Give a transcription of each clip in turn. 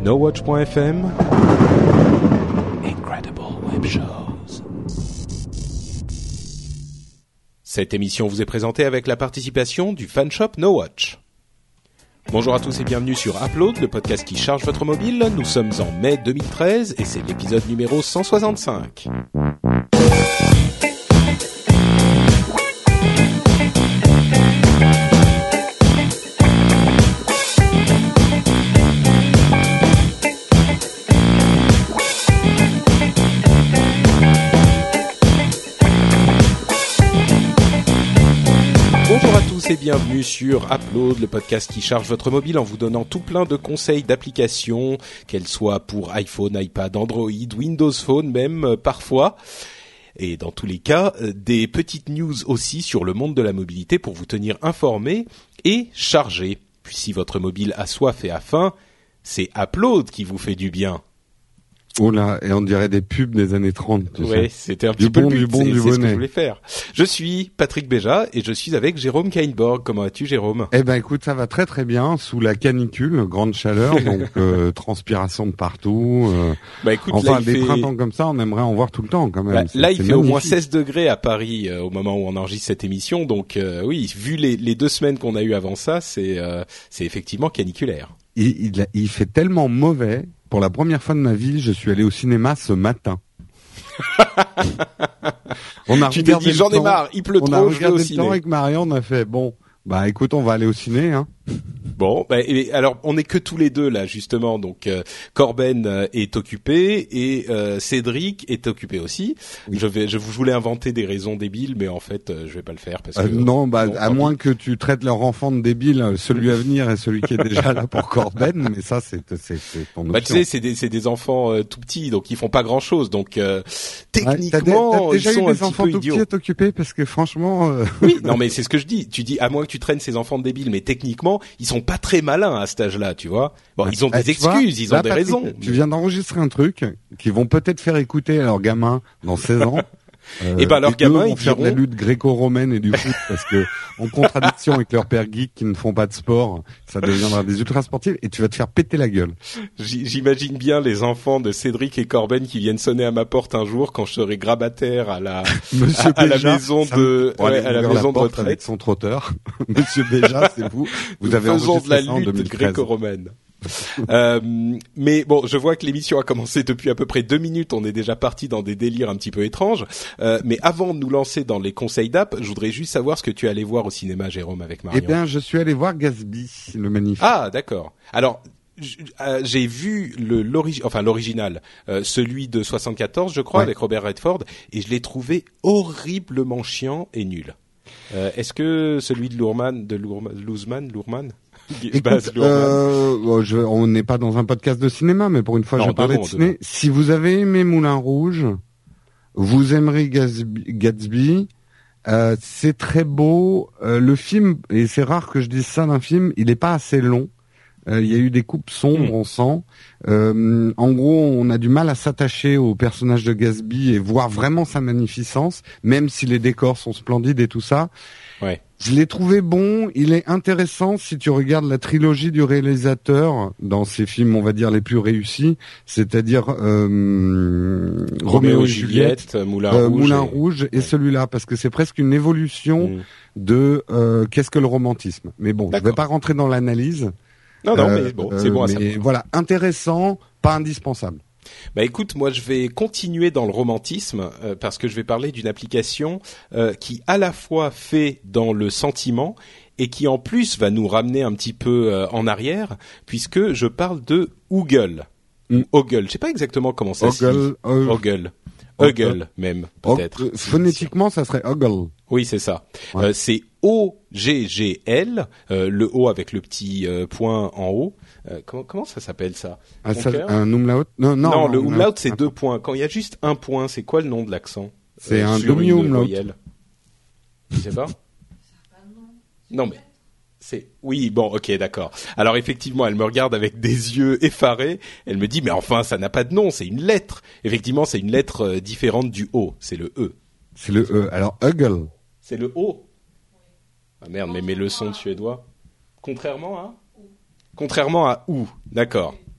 NoWatch.fm Incredible Web Shows. Cette émission vous est présentée avec la participation du fanshop NoWatch. Bonjour à tous et bienvenue sur Upload, le podcast qui charge votre mobile. Nous sommes en mai 2013 et c'est l'épisode numéro 165. Et bienvenue sur Upload, le podcast qui charge votre mobile en vous donnant tout plein de conseils d'applications, qu'elles soient pour iPhone, iPad, Android, Windows Phone même parfois. Et dans tous les cas, des petites news aussi sur le monde de la mobilité pour vous tenir informés et chargés. Puis si votre mobile a soif et a faim, c'est Upload qui vous fait du bien. Oh là, et on dirait des pubs des années 30. Oui, c'était un petit peu le but, c'est ce que je voulais faire. Je suis Patrick Béja et je suis avec Jérôme Kainborg. Comment vas-tu, Jérôme ? Eh ben écoute, ça va très très bien, sous la canicule, grande chaleur, donc transpiration de partout. Écoute, enfin, là, des printemps comme ça, on aimerait en voir tout le temps quand même. Là, il fait au moins 16 degrés à Paris au moment où on enregistre cette émission, donc oui, vu les 2 semaines qu'on a eues avant ça, c'est effectivement caniculaire. Il fait tellement mauvais. Pour la première fois de ma vie, je suis allé au cinéma ce matin. Tu t'es dit, j'en ai marre, il pleut trop, je vais au ciné. On a regardé le temps avec Marion, on a fait, bon, bah écoute, on va aller au ciné, hein. Bon, alors on est que tous les deux là justement, donc Corben est occupé et Cédric est occupé aussi. Oui. Je voulais inventer des raisons débiles, mais en fait je vais pas le faire parce que non, à moins que tu traites leur enfant de débile, celui à venir et celui qui est déjà là pour Corben, mais ça c'est ton option. Tu sais, c'est des enfants tout petits, donc ils font pas grand chose, donc techniquement t'as déjà ils sont eu des enfants tout petits à t'occuper parce que franchement. Oui, non mais c'est ce que je dis. Tu dis à moins que tu traînes ces enfants de débiles, mais techniquement ils sont pas très malins à cet âge-là, tu vois. Bon, ils ont des excuses, ils ont des raisons. Tu viens d'enregistrer un truc qu'ils vont peut-être faire écouter à leurs gamins dans 16 ans. Et ben leurs gamins ils faire de la lutte gréco-romaine et du foot parce que en contradiction avec leurs pères geeks qui ne font pas de sport, ça deviendra des ultra sportifs et tu vas te faire péter la gueule. J'imagine bien les enfants de Cédric et Corben qui viennent sonner à ma porte un jour quand je serai grabataire à la maison de retraite avec son trotteur. Monsieur Béja, c'est vous. Vous avez faisons de la lutte 2013. gréco-romaine. Mais bon, je vois que l'émission a commencé depuis à peu près 2 minutes. On est déjà parti dans des délires un petit peu étranges. Mais avant de nous lancer dans les conseils d'app, je voudrais juste savoir ce que tu es allé voir au cinéma, Jérôme, avec Marion. Eh bien, je suis allé voir Gatsby, le magnifique. Ah, d'accord. Alors, j'ai vu l'original, celui de 74, je crois, avec Robert Redford, et je l'ai trouvé horriblement chiant et nul. Est-ce que celui de Lourman Écoute, on n'est pas dans un podcast de cinéma, mais pour une fois, je vais parler de ciné. Si vous avez aimé Moulin Rouge, vous aimerez Gatsby. C'est très beau. Le film, et c'est rare que je dise ça d'un film, il est pas assez long. Il y a eu des coupes sombres, on sent. En gros, on a du mal à s'attacher au personnage de Gatsby et voir vraiment sa magnificence, même si les décors sont splendides et tout ça. Ouais. Je l'ai trouvé bon, il est intéressant si tu regardes la trilogie du réalisateur dans ses films, on va dire, les plus réussis, c'est-à-dire Roméo et Juliette, Moulin Rouge et celui-là, parce que c'est presque une évolution de qu'est-ce que le romantisme. Mais bon, je vais pas rentrer dans l'analyse. Non, mais bon, c'est bon à savoir. Mais voilà, intéressant, pas indispensable. Écoute, moi je vais continuer dans le romantisme parce que je vais parler d'une application qui à la fois fait dans le sentiment et qui en plus va nous ramener un petit peu en arrière puisque je parle de Oogle. Ogle, je sais pas exactement comment ça se dit. Ogle même peut-être. Phonétiquement, ça serait Ogle. Oui, c'est ça. Ouais. C'est O-G-G-L, le O avec le petit point en haut. Comment ça s'appelle ça, un umlaut? Non, le umlaut c'est 2 points. Quand il y a juste un point, c'est quoi le nom de l'accent? C'est un demi-umlaut. Je sais pas. Non mais oui, bon, ok, d'accord. Alors effectivement, elle me regarde avec des yeux effarés. Elle me dit, mais enfin, ça n'a pas de nom, c'est une lettre. Effectivement, c'est une lettre différente du O. C'est le E. C'est le E. Alors, Huggle. C'est le O. Ah merde, mais mes leçons de suédois. Contrairement à ou. D'accord.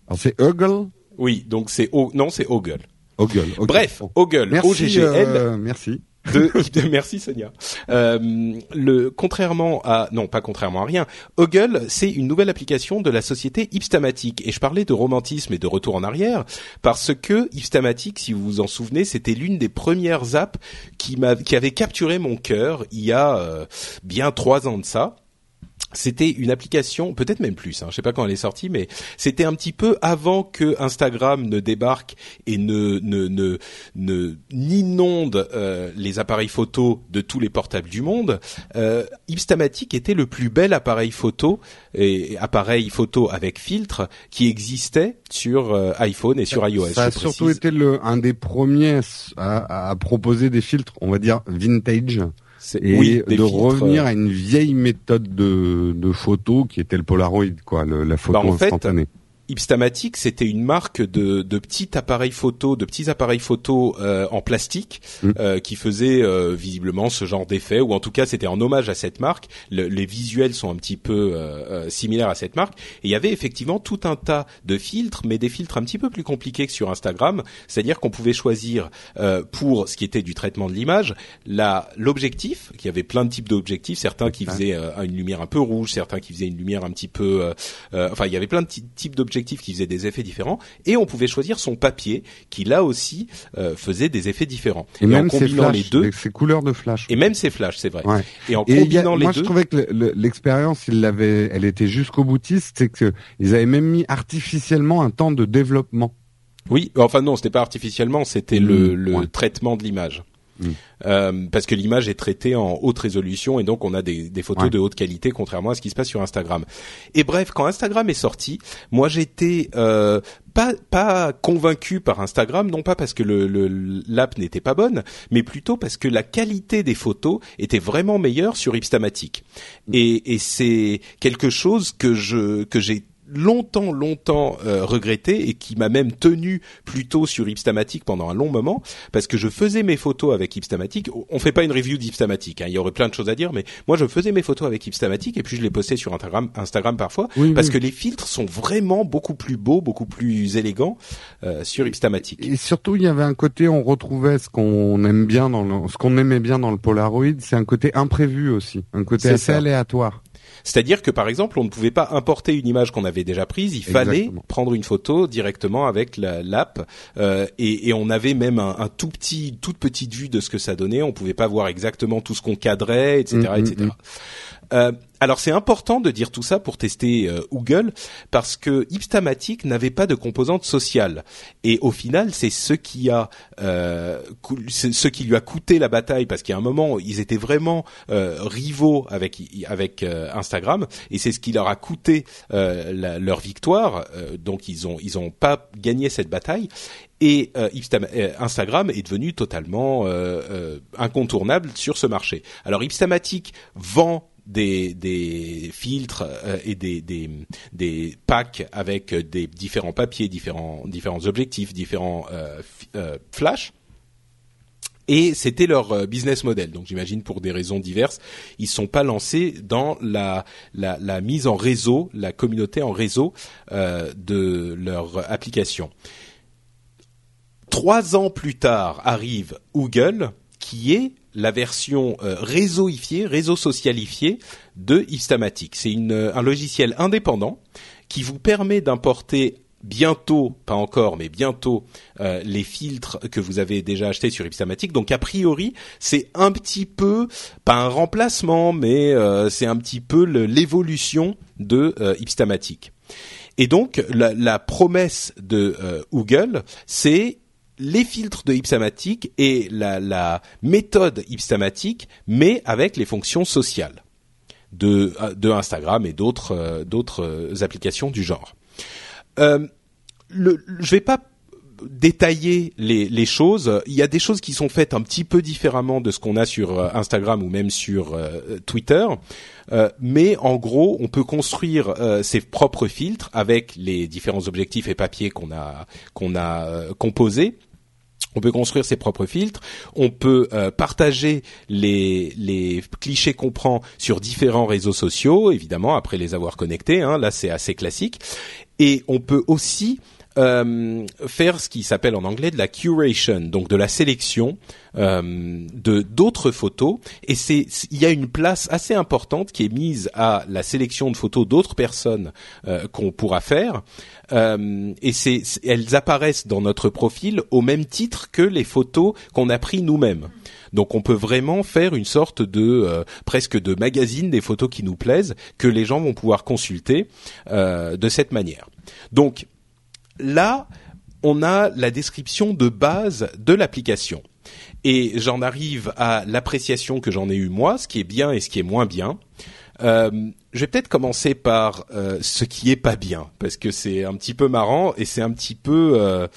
Alors c'est Ogle. Oui, donc c'est Ogle. Ogle. Okay. Bref, Ogle, merci, OGGL. Merci. Merci Sonia. Contrairement à rien, Ogle, c'est une nouvelle application de la société Hipstamatic. Et je parlais de romantisme et de retour en arrière parce que Hipstamatic, si vous vous en souvenez, c'était l'une des premières apps qui avait capturé mon cœur il y a bien 3 ans de ça. C'était une application, peut-être même plus, je sais pas quand elle est sortie, mais c'était un petit peu avant que Instagram ne débarque et n'inonde les appareils photo de tous les portables du monde. Hipstamatic était le plus bel appareil photo avec filtre qui existait sur iPhone et sur iOS. Ça a surtout été un des premiers à proposer des filtres, on va dire vintage. Et de revenir à une vieille méthode de photo qui était le Polaroid, quoi, la photo instantanée. Hipstamatic, c'était une marque de petits appareils photo en plastique qui faisait visiblement ce genre d'effet, ou en tout cas c'était en hommage à cette marque. Les visuels sont un petit peu similaires à cette marque. Et il y avait effectivement tout un tas de filtres, mais des filtres un petit peu plus compliqués que sur Instagram. C'est-à-dire qu'on pouvait choisir pour ce qui était du traitement de l'image, l'objectif, qu'il y avait plein de types d'objectifs, certains qui faisaient une lumière un peu rouge, certains qui faisaient une lumière un petit peu, il y avait plein de types d'objectifs qui faisait des effets différents, et on pouvait choisir son papier qui là aussi faisait des effets différents. Et même en combinant les deux, ses couleurs de flash. Et même ses flashs, c'est vrai. Ouais. Et en combinant les deux, moi je trouvais que l'expérience, elle était jusqu'au boutiste, c'est que ils avaient même mis artificiellement un temps de développement. Oui, enfin non, c'était pas artificiellement, c'était le traitement de l'image. Parce que l'image est traitée en haute résolution et donc on a des photos de haute qualité, contrairement à ce qui se passe sur Instagram. Et bref, quand Instagram est sorti, moi j'étais pas convaincu par Instagram, non pas parce que l'app n'était pas bonne, mais plutôt parce que la qualité des photos était vraiment meilleure sur Hipstamatic. Et c'est quelque chose que j'ai longtemps regretté et qui m'a même tenu plutôt sur Hipstamatic pendant un long moment, parce que je faisais mes photos avec Hipstamatic. On fait pas une review d'Hipstamatic, il y aurait plein de choses à dire, mais moi je faisais mes photos avec Hipstamatic et puis je les postais sur Instagram parfois, parce que les filtres sont vraiment beaucoup plus beaux, beaucoup plus élégants sur Hipstamatic. Et surtout il y avait un côté, on retrouvait ce qu'on aimait bien dans le Polaroid, c'est un côté imprévu aussi, un côté assez aléatoire. C'est-à-dire que, par exemple, on ne pouvait pas importer une image qu'on avait déjà prise, il fallait prendre une photo directement avec l'app, et on avait même toute petite vue de ce que ça donnait, on pouvait pas voir exactement tout ce qu'on cadrait, etc., etc. Alors c'est important de dire tout ça pour tester Google, parce que Hipstamatic n'avait pas de composante sociale, et au final c'est ce qui lui a coûté la bataille, parce qu'il y a un moment ils étaient vraiment rivaux avec Instagram, et c'est ce qui leur a coûté leur victoire. Donc ils ont pas gagné cette bataille. Et Instagram est devenu totalement incontournable sur ce marché. Alors Hipstamatic vend des filtres et des packs avec des différents papiers, différents objectifs, différents flash. Et c'était leur business model. Donc j'imagine pour des raisons diverses, ils sont pas lancés dans la mise en réseau, la communauté en réseau de leur application. 3 ans plus tard arrive Google, qui est la version réseau socialifiée de Hipstamatic. C'est un logiciel indépendant qui vous permet d'importer bientôt, pas encore, mais bientôt, les filtres que vous avez déjà achetés sur Hipstamatic. Donc a priori, c'est un petit peu, pas un remplacement, mais c'est un petit peu l'évolution de Hipstamatic. Et donc la promesse de Google, c'est les filtres de Hipstamatic et la méthode Hipstamatic, mais avec les fonctions sociales de Instagram et d'autres applications du genre. Je vais pas détailler les choses. Il y a des choses qui sont faites un petit peu différemment de ce qu'on a sur Instagram ou même sur Twitter. Mais en gros, on peut construire ses propres filtres avec les différents objectifs et papiers qu'on a composés. On peut construire ses propres filtres, on peut partager les clichés qu'on prend sur différents réseaux sociaux, évidemment, après les avoir connectés, là c'est assez classique. Et on peut aussi faire ce qui s'appelle en anglais de la curation, donc de la sélection de d'autres photos. Et il y a une place assez importante qui est mise à la sélection de photos d'autres personnes qu'on pourra faire. Et elles apparaissent dans notre profil au même titre que les photos qu'on a pris nous-mêmes. Donc on peut vraiment faire une sorte de presque de magazine des photos qui nous plaisent que les gens vont pouvoir consulter de cette manière. Donc là, on a la description de base de l'application. Et j'en arrive à l'appréciation que j'en ai eue moi, ce qui est bien et ce qui est moins bien. Je vais peut-être commencer par ce qui est pas bien, parce que c'est un petit peu marrant et c'est un petit peu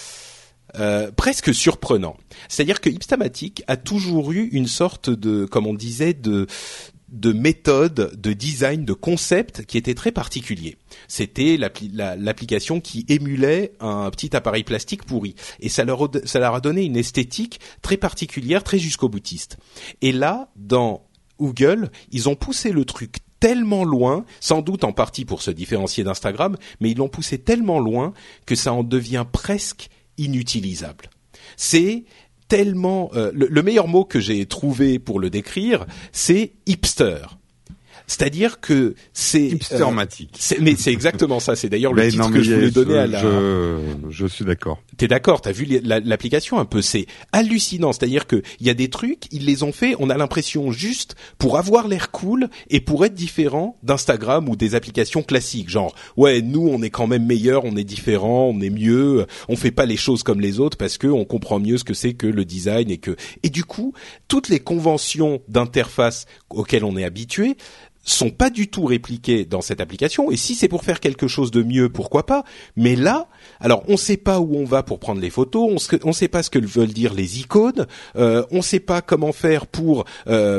presque surprenant. C'est-à-dire que Hipstamatic a toujours eu une sorte de, comme on disait, de méthode, de design, de concept qui était très particulier. C'était l'application qui émulait un petit appareil plastique pourri. Et ça leur a donné une esthétique très particulière, très jusqu'au-boutiste. Et là, dans Google, ils ont poussé le truc tellement loin, sans doute en partie pour se différencier d'Instagram, mais ils l'ont poussé tellement loin que ça en devient presque inutilisable. C'est tellement le meilleur mot que j'ai trouvé pour le décrire, c'est hipster. C'est-à-dire que c'est hipstermatique. Mais c'est exactement ça. C'est d'ailleurs le titre que je voulais donner à la. Je suis d'accord. T'es d'accord? T'as vu l'application un peu? C'est hallucinant. C'est-à-dire que il y a des trucs, ils les ont fait. On a l'impression juste pour avoir l'air cool et pour être différent d'Instagram ou des applications classiques. Genre, ouais, nous on est quand même meilleurs, on est différent, on est mieux, on fait pas les choses comme les autres parce que on comprend mieux ce que c'est que le design et du coup toutes les conventions d'interface auxquelles on est habitué sont pas du tout répliqués dans cette application, et si c'est pour faire quelque chose de mieux, pourquoi pas, mais là, alors on sait pas où on va pour prendre les photos, on sait pas ce que veulent dire les icônes, on sait pas comment faire pour faire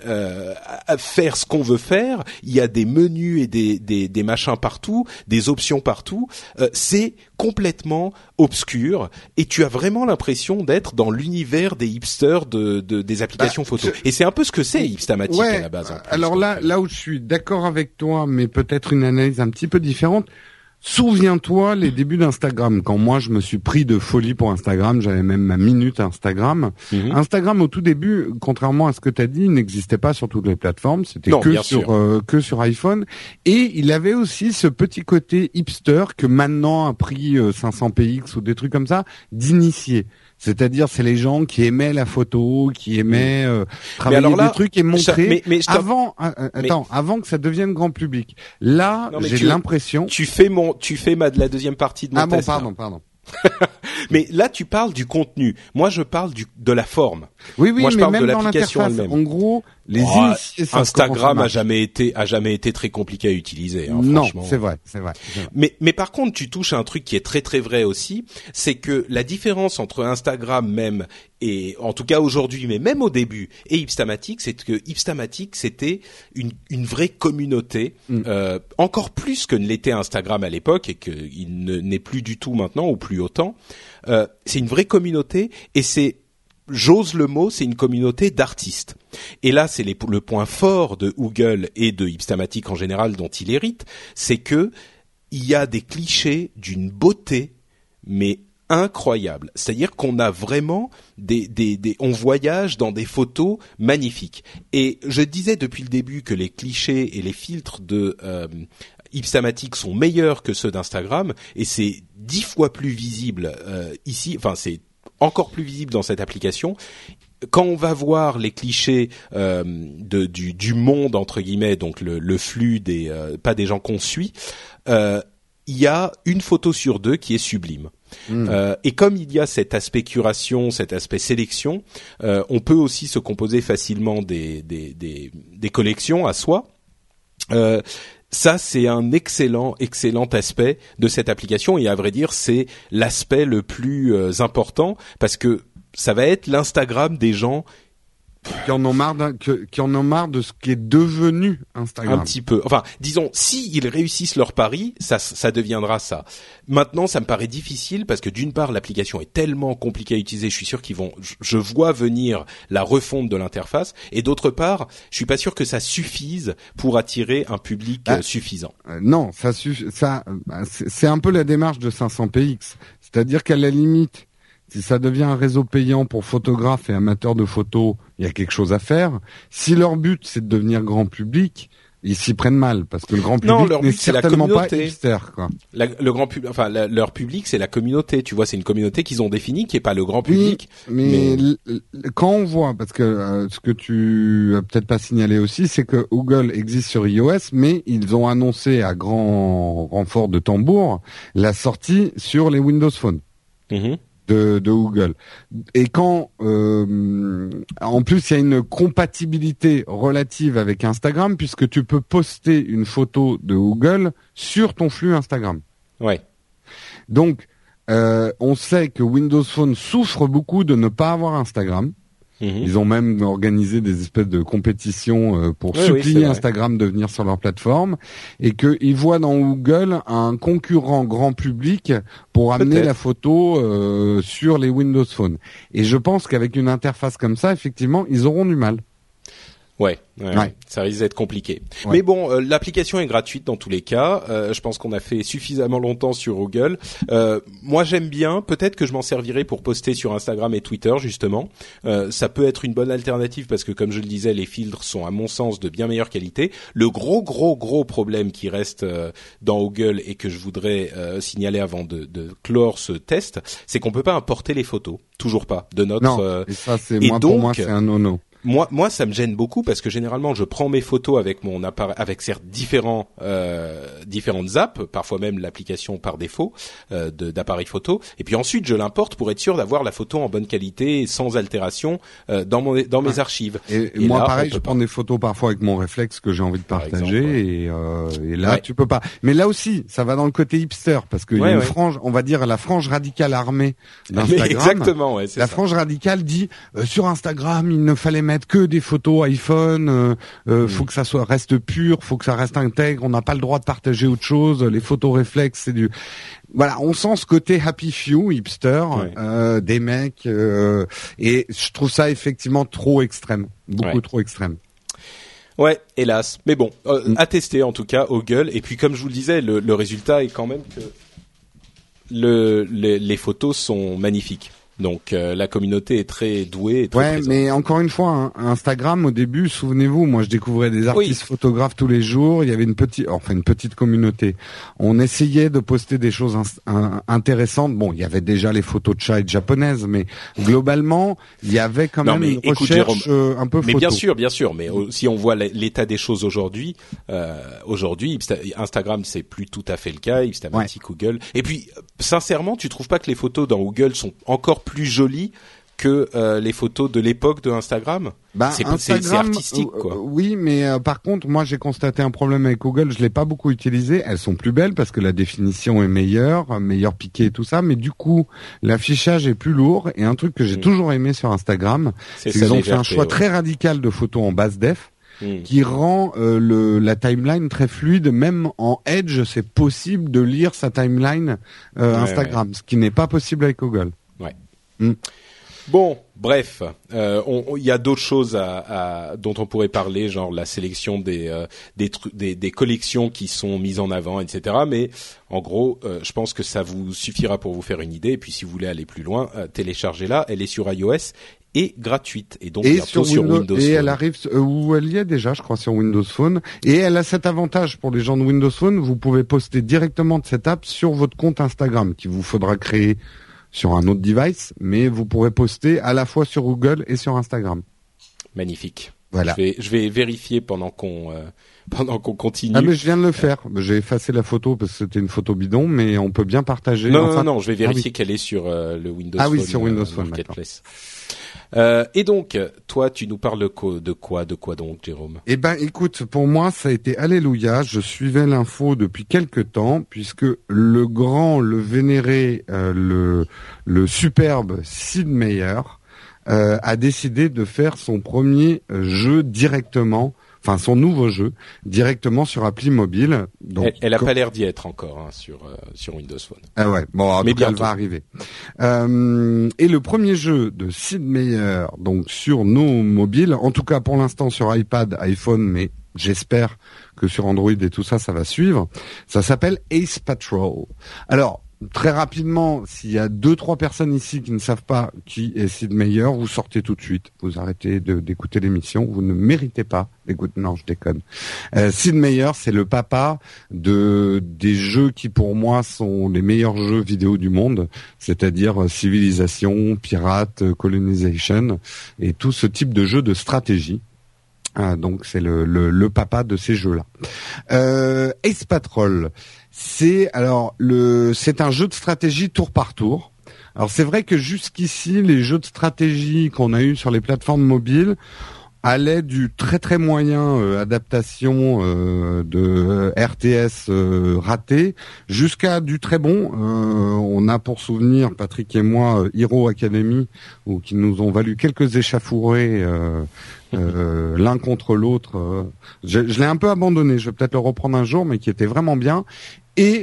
ce qu'on veut faire, il y a des menus et des machins partout, des options partout, c'est complètement obscur, et tu as vraiment l'impression d'être dans l'univers des hipsters des applications photos. Et c'est un peu ce que c'est Hipstamatic à la base. En plus, alors là où je suis d'accord avec toi, mais peut-être une analyse un petit peu différente. Souviens-toi les débuts d'Instagram, quand moi je me suis pris de folie pour Instagram, j'avais même ma minute Instagram. Mm-hmm. Instagram au tout début, contrairement à ce que tu as dit, n'existait pas sur toutes les plateformes, c'était que sur iPhone, et il avait aussi ce petit côté hipster que maintenant a pris 500px ou des trucs comme ça d'initier. C'est-à-dire, c'est les gens qui aimaient la photo, qui aimaient travailler des trucs et montrer avant que ça devienne grand public. Là, j'ai l'impression. Tu fais la deuxième partie de mon test. Ah bon, pardon. Mais là, tu parles du contenu. Moi, je parle de la forme. Oui, moi, je mais parle même de dans l'application l'interface. elle-même. En gros, les initiés, Instagram a jamais été très compliqué à utiliser. Hein, non, franchement. c'est vrai. Mais par contre, tu touches à un truc qui est très très vrai aussi, c'est que la différence entre Instagram même et en tout cas aujourd'hui, mais même au début, et Hipstamatic, c'est que Hipstamatic c'était une vraie communauté, encore plus que ne l'était Instagram à l'époque et qu'il n'est plus du tout maintenant ou plus autant. C'est une vraie communauté et j'ose le mot, c'est une communauté d'artistes. Et là, c'est le point fort de Google et de Hipstamatic en général dont il hérite, c'est que il y a des clichés d'une beauté, mais incroyable. C'est-à-dire qu'on a vraiment on voyage dans des photos magnifiques. Et je disais depuis le début que les clichés et les filtres de Hipstamatic sont meilleurs que ceux d'Instagram, et c'est 10 fois plus visible ici. Enfin, c'est encore plus visible dans cette application. Quand on va voir les clichés du monde entre guillemets, donc le flux pas des gens qu'on suit, il y a une photo sur deux qui est sublime. Et comme il y a cet aspect curation, cet aspect sélection, on peut aussi se composer facilement des collections à soi. Ça, c'est un excellent aspect de cette application, et à vrai dire, c'est l'aspect le plus important, parce que ça va être l'Instagram des gens qui en ont marre de ce qui est devenu Instagram. Un petit peu. Enfin, disons, si ils réussissent leur pari, ça deviendra ça. Maintenant, ça me paraît difficile parce que d'une part, l'application est tellement compliquée à utiliser. Je suis sûr je vois venir la refonte de l'interface, et d'autre part, je suis pas sûr que ça suffise pour attirer un public suffisant. Non, c'est un peu la démarche de 500px. C'est-à-dire qu'à la limite, si ça devient un réseau payant pour photographes et amateurs de photos, il y a quelque chose à faire. Si leur but c'est de devenir grand public, ils s'y prennent mal parce que le grand public n'est certainement pas hipster, quoi. Leur public c'est la communauté. Tu vois, c'est une communauté qu'ils ont définie qui est pas le grand public. Mais quand on voit, parce que ce que tu as peut-être pas signalé aussi, c'est que Google existe sur iOS, mais ils ont annoncé à grand renfort de tambour la sortie sur les Windows Phone. Mm-hmm. De Google. Et quand en plus il y a une compatibilité relative avec Instagram puisque tu peux poster une photo de Google sur ton flux Instagram. Ouais. Donc on sait que Windows Phone souffre beaucoup de ne pas avoir Instagram. Mm-hmm. Ils ont même organisé des espèces de compétitions pour supplier Instagram de venir sur leur plateforme, et qu'ils voient dans Google un concurrent grand public pour amener la photo sur les Windows Phone. Et je pense qu'avec une interface comme ça, effectivement, ils auront du mal. Ouais. Ça risque d'être compliqué. Ouais. Mais bon, l'application est gratuite dans tous les cas. Je pense qu'on a fait suffisamment longtemps sur Google. Moi, j'aime bien. Peut-être que je m'en servirai pour poster sur Instagram et Twitter, justement. Ça peut être une bonne alternative parce que, comme je le disais, les filtres sont, à mon sens, de bien meilleure qualité. Le gros problème qui reste dans Google et que je voudrais signaler avant de clore ce test, c'est qu'on peut pas importer les photos. Toujours pas. De notre. Non. Et ça, pour moi, c'est un no-no. Moi, ça me gêne beaucoup parce que généralement, je prends mes photos avec mon appareil, avec certes différentes apps, parfois même l'application par défaut d'appareil photo, et puis ensuite je l'importe pour être sûr d'avoir la photo en bonne qualité, sans altération, dans mes archives. Et moi, là, pareil, je prends des photos parfois avec mon réflexe que j'ai envie de partager, et là, tu peux pas. Mais là aussi, ça va dans le côté hipster parce qu'il y a une frange, on va dire la frange radicale armée d'Instagram. Exactement, la frange radicale dit sur Instagram, il ne fallait mettre que des photos iPhone, faut que ça reste pur, faut que ça reste intègre, on n'a pas le droit de partager autre chose, les photos réflexes, c'est du... Voilà, on sent ce côté happy few, hipster, des mecs, et je trouve ça effectivement trop extrême, beaucoup trop extrême. Ouais, hélas. Mais bon, à tester en tout cas, Google, et puis comme je vous le disais, le résultat est quand même que les photos sont magnifiques. Donc la communauté est très douée et très présente. Mais encore une fois, Instagram au début, souvenez-vous, moi je découvrais des artistes photographes tous les jours, il y avait une petite communauté. On essayait de poster des choses intéressantes. Bon, il y avait déjà les photos de chats japonaises, mais globalement, il y avait quand même une recherche un peu photo. Mais bien sûr, mais si on voit l'état des choses aujourd'hui, Instagram c'est plus tout à fait le cas, Instamatic, Google. Et puis sincèrement, tu trouves pas que les photos dans Google sont encore plus jolies que les photos de l'époque de Instagram? C'est artistique, quoi. Oui, mais par contre, moi j'ai constaté un problème avec Google, je l'ai pas beaucoup utilisé. Elles sont plus belles parce que la définition est meilleure piqué et tout ça, mais du coup, l'affichage est plus lourd. Et un truc que j'ai toujours aimé sur Instagram, c'est qu'ils ont fait un choix très radical de photos en basse def. Qui rend la timeline très fluide. Même en Edge, c'est possible de lire sa timeline Instagram, ce qui n'est pas possible avec Google. Ouais. Bon, bref, il y a d'autres choses dont on pourrait parler, genre la sélection des collections qui sont mises en avant, etc. Mais en gros, je pense que ça vous suffira pour vous faire une idée. Et puis, si vous voulez aller plus loin, téléchargez-la. Elle est sur iOS et gratuite, et donc bientôt sur Windows Phone. Et elle arrive où elle y est déjà, je crois, sur Windows Phone. Et elle a cet avantage pour les gens de Windows Phone, vous pouvez poster directement de cette app sur votre compte Instagram, qu'il vous faudra créer sur un autre device, mais vous pourrez poster à la fois sur Google et sur Instagram. Magnifique. Voilà. Je vais vérifier pendant qu'on continue. Ah mais je viens de le faire. J'ai effacé la photo parce que c'était une photo bidon, mais on peut bien partager. Non, je vais vérifier qu'elle est sur le Windows Phone. Ah oui, sur Windows Phone. Et donc, toi, tu nous parles de quoi donc, Jérôme? Eh ben, écoute, pour moi, ça a été alléluia. Je suivais l'info depuis quelque temps, puisque le vénéré, le superbe Sid Meier a décidé de faire son premier jeu directement, enfin son nouveau jeu directement sur appli mobile. Donc, elle a pas l'air d'y être encore sur Windows Phone. Ah ouais, bon, en tout cas, elle va arriver. Et le premier jeu de Sid Meier, donc sur nos mobiles, en tout cas pour l'instant sur iPad, iPhone, mais j'espère que sur Android et tout ça, ça va suivre. Ça s'appelle Ace Patrol. Alors, très rapidement, s'il y a 2-3 personnes ici qui ne savent pas qui est Sid Meier, vous sortez tout de suite. Vous arrêtez d'écouter l'émission. Vous ne méritez pas d'écouter. Non, je déconne. Sid Meier, c'est le papa des jeux qui, pour moi, sont les meilleurs jeux vidéo du monde, c'est-à-dire Civilization, Pirate, Colonization et tout ce type de jeux de stratégie. Donc c'est le papa de ces jeux-là. Ace Patrol, c'est un jeu de stratégie tour par tour. Alors c'est vrai que jusqu'ici les jeux de stratégie qu'on a eu sur les plateformes mobiles allaient du très très moyen adaptation de RTS raté jusqu'à du très bon. On a pour souvenir, Patrick et moi, Hero Academy, qui nous ont valu quelques échauffourées l'un contre l'autre. Je l'ai un peu abandonné, je vais peut-être le reprendre un jour, mais qui était vraiment bien. Et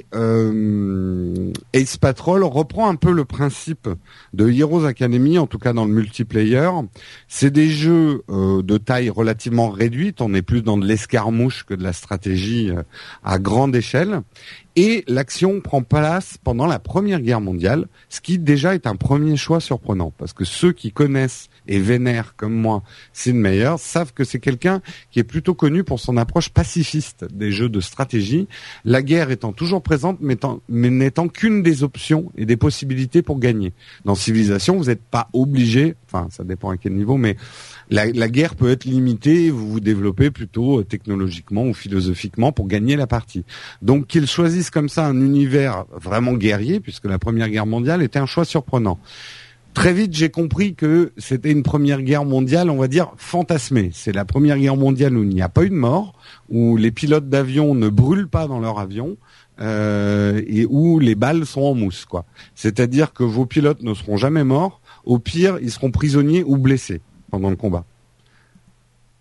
Ace Patrol reprend un peu le principe de Heroes Academy, en tout cas dans le multiplayer. C'est des jeux de taille relativement réduite, on est plus dans de l'escarmouche que de la stratégie à grande échelle. Et l'action prend place pendant la Première Guerre mondiale, ce qui déjà est un premier choix surprenant, parce que ceux qui connaissent et vénèrent comme moi Sid Meier savent que c'est quelqu'un qui est plutôt connu pour son approche pacifiste des jeux de stratégie, la guerre étant toujours présente mais n'étant qu'une des options et des possibilités pour gagner. Dans Civilization, vous n'êtes pas obligé, enfin ça dépend à quel niveau, mais la guerre peut être limitée, vous vous développez plutôt technologiquement ou philosophiquement pour gagner la partie. Donc qu'ils choisissent comme ça un univers vraiment guerrier, puisque la Première Guerre mondiale était un choix surprenant. Très vite, j'ai compris que c'était une Première Guerre mondiale, on va dire, fantasmée. C'est la Première Guerre mondiale où il n'y a pas eu de mort, où les pilotes d'avion ne brûlent pas dans leur avion, et où les balles sont en mousse, quoi. C'est-à-dire que vos pilotes ne seront jamais morts. Au pire, ils seront prisonniers ou blessés pendant le combat. Allô ?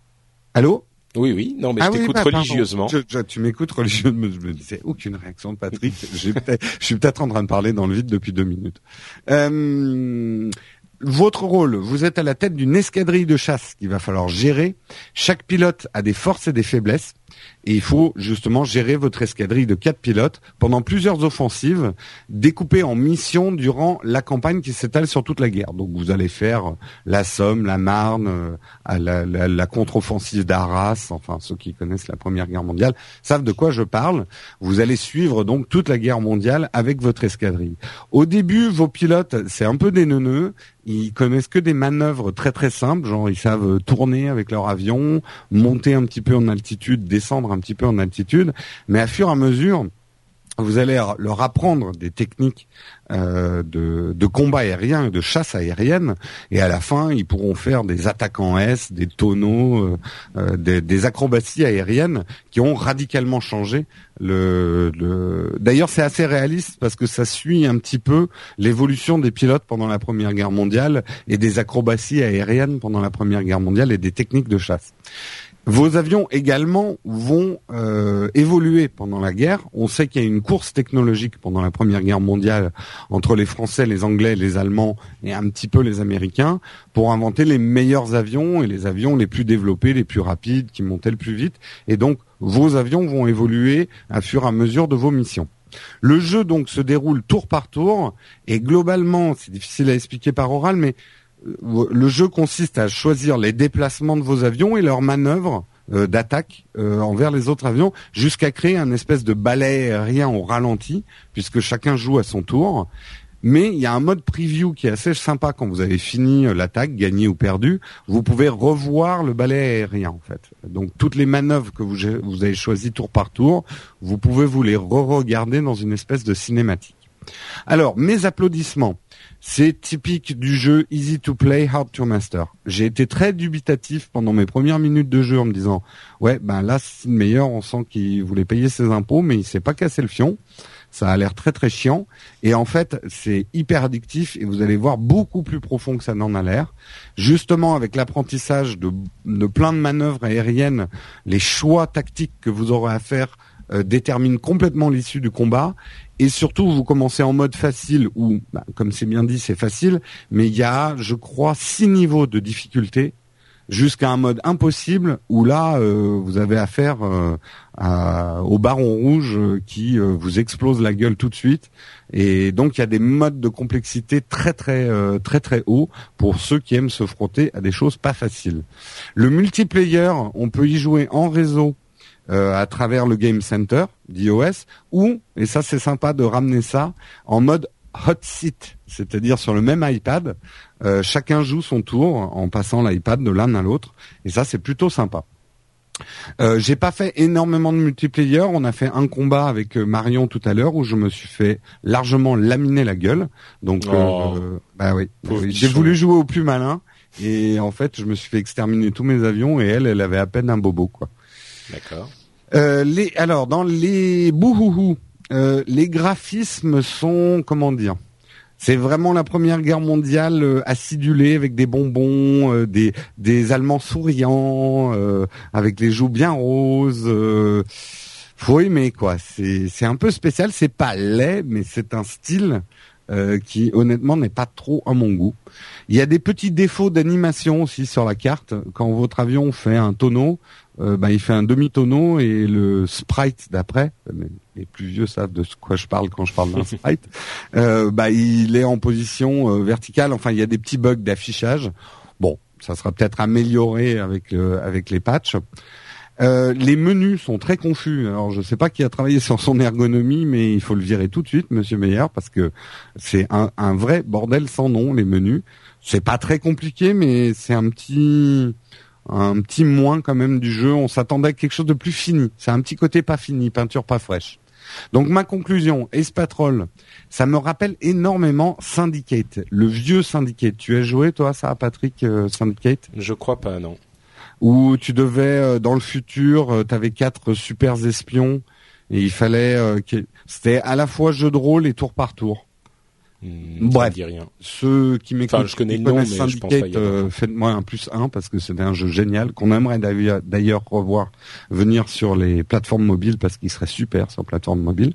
Oui. Non, mais je t'écoute religieusement. Tu m'écoutes religieusement. Je me disais, aucune réaction de Patrick. Je suis peut-être en train de parler dans le vide depuis 2 minutes. Votre rôle, vous êtes à la tête d'une escadrille de chasse qu'il va falloir gérer. Chaque pilote a des forces et des faiblesses. Et il faut justement gérer votre escadrille de 4 pilotes pendant plusieurs offensives, découpées en missions durant la campagne qui s'étale sur toute la guerre. Donc vous allez faire la Somme, la Marne, la contre-offensive d'Arras, enfin ceux qui connaissent la Première Guerre mondiale savent de quoi je parle. Vous allez suivre donc toute la guerre mondiale avec votre escadrille. Au début, vos pilotes, c'est un peu des neuneux. Ils connaissent que des manœuvres très très simples, genre ils savent tourner avec leur avion, monter un petit peu en altitude, descendre un petit peu en altitude, mais à fur et à mesure, vous allez leur apprendre des techniques de combat aérien et de chasse aérienne, et à la fin, ils pourront faire des attaques en S, des tonneaux, des acrobaties aériennes qui ont radicalement changé D'ailleurs, c'est assez réaliste parce que ça suit un petit peu l'évolution des pilotes pendant la Première Guerre mondiale et des acrobaties aériennes pendant la Première Guerre mondiale et des techniques de chasse. Vos avions également vont évoluer pendant la guerre. On sait qu'il y a une course technologique pendant la Première Guerre mondiale entre les Français, les Anglais, les Allemands et un petit peu les Américains pour inventer les meilleurs avions et les avions les plus développés, les plus rapides, qui montaient le plus vite. Et donc, vos avions vont évoluer à fur et à mesure de vos missions. Le jeu donc se déroule tour par tour et globalement, c'est difficile à expliquer par oral, mais le jeu consiste à choisir les déplacements de vos avions et leurs manœuvres d'attaque envers les autres avions jusqu'à créer un espèce de balai aérien au ralenti puisque chacun joue à son tour. Mais il y a un mode preview qui est assez sympa quand vous avez fini l'attaque, gagné ou perdu. Vous pouvez revoir le balai aérien en fait. Donc toutes les manœuvres que vous avez choisies tour par tour, vous pouvez vous les re-regarder dans une espèce de cinématique. Alors, mes applaudissements. C'est typique du jeu Easy to Play, Hard to Master. J'ai été très dubitatif pendant mes premières minutes de jeu en me disant « Ouais, ben là, Sid Meier, on sent qu'il voulait payer ses impôts, mais il s'est pas cassé le fion. » Ça a l'air très très chiant. Et en fait, c'est hyper addictif et vous allez voir beaucoup plus profond que ça n'en a l'air. Justement, avec l'apprentissage de plein de manœuvres aériennes, les choix tactiques que vous aurez à faire déterminent complètement l'issue du combat. Et surtout, vous commencez en mode facile où, comme c'est bien dit, c'est facile. Mais il y a, je crois, 6 niveaux de difficulté. Jusqu'à un mode impossible où là vous avez affaire au baron rouge qui vous explose la gueule tout de suite, et donc il y a des modes de complexité très hauts pour ceux qui aiment se frotter à des choses pas faciles. Le multiplayer, on peut y jouer en réseau à travers le Game Center d'iOS, ou, et ça c'est sympa de ramener ça, en mode hot seat, c'est-à-dire sur le même iPad, chacun joue son tour en passant l'iPad de l'un à l'autre, et ça c'est plutôt sympa. J'ai pas fait énormément de multiplayer, on a fait un combat avec Marion tout à l'heure où je me suis fait largement laminer la gueule, donc j'ai voulu jouer au plus malin, et en fait je me suis fait exterminer tous mes avions, et elle avait à peine un bobo, quoi. D'accord. Alors dans les bouhouhou, les graphismes sont, comment dire, c'est vraiment la Première Guerre mondiale acidulée avec des bonbons, des Allemands souriants, avec les joues bien roses. Faut aimer, quoi. C'est un peu spécial. C'est pas laid, mais c'est un style qui honnêtement n'est pas trop à mon goût. Il y a des petits défauts d'animation aussi sur la carte. Quand votre avion fait un tonneau, il fait un demi-tonneau, et le sprite d'après, les plus vieux savent de quoi je parle quand je parle d'un sprite, il est en position verticale. Enfin, il y a des petits bugs d'affichage. Bon, ça sera peut-être amélioré avec les patchs. Les menus sont très confus. Alors, je sais pas qui a travaillé sur son ergonomie, mais il faut le virer tout de suite, Monsieur Meyer, parce que c'est un vrai bordel sans nom, les menus. C'est pas très compliqué, mais c'est un petit moins quand même du jeu. On s'attendait à quelque chose de plus fini. C'est un petit côté pas fini, peinture pas fraîche. Donc ma conclusion, Ace Patrol, ça me rappelle énormément Syndicate, le vieux Syndicate. Tu as joué toi ça, Patrick, Syndicate ? Je crois pas, non. Où tu devais, dans le futur, t'avais 4 super espions, et il fallait... c'était à la fois jeu de rôle et tour par tour. Bref, dit rien. Ceux qui m'écoutent, je connais le nom, mais je pense pas y avoir. Faites-moi un +1 parce que c'était un jeu génial qu'on aimerait d'ailleurs revoir venir sur les plateformes mobiles, parce qu'il serait super sur plateforme mobile.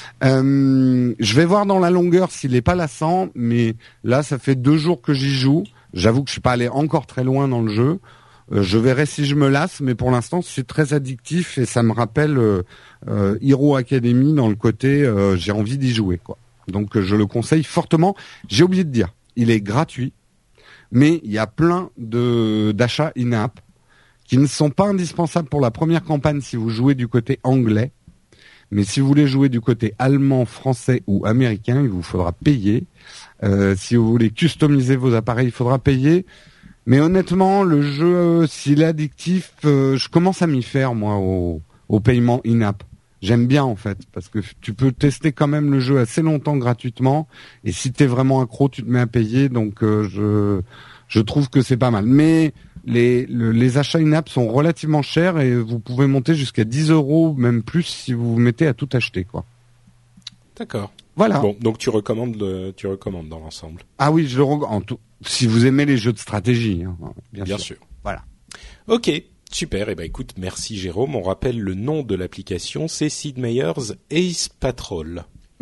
Je vais voir dans la longueur s'il est pas lassant, mais là ça fait 2 jours que j'y joue. J'avoue que je suis pas allé encore très loin dans le jeu. Je verrai si je me lasse, mais pour l'instant c'est très addictif, et ça me rappelle Hero Academy dans le côté j'ai envie d'y jouer, quoi. Donc je le conseille fortement. J'ai oublié de dire, il est gratuit, mais il y a plein d'achats in-app qui ne sont pas indispensables pour la première campagne si vous jouez du côté anglais. Mais si vous voulez jouer du côté allemand, français ou américain, il vous faudra payer. Si vous voulez customiser vos appareils, il faudra payer. Mais honnêtement, le jeu, s'il est addictif, je commence à m'y faire, moi, au paiement in-app. J'aime bien, en fait, parce que tu peux tester quand même le jeu assez longtemps gratuitement, et si t'es vraiment accro, tu te mets à payer, donc je trouve que c'est pas mal. Mais les achats in-app sont relativement chers, et vous pouvez monter jusqu'à 10 €, même plus, si vous vous mettez à tout acheter, quoi. D'accord. Voilà. Bon, donc tu recommandes dans l'ensemble. Ah oui, je le recommande. Si vous aimez les jeux de stratégie, hein, bien sûr. Voilà. Ok. Super, écoute, merci Jérôme. On rappelle le nom de l'application, c'est Sid Meier's Ace Patrol.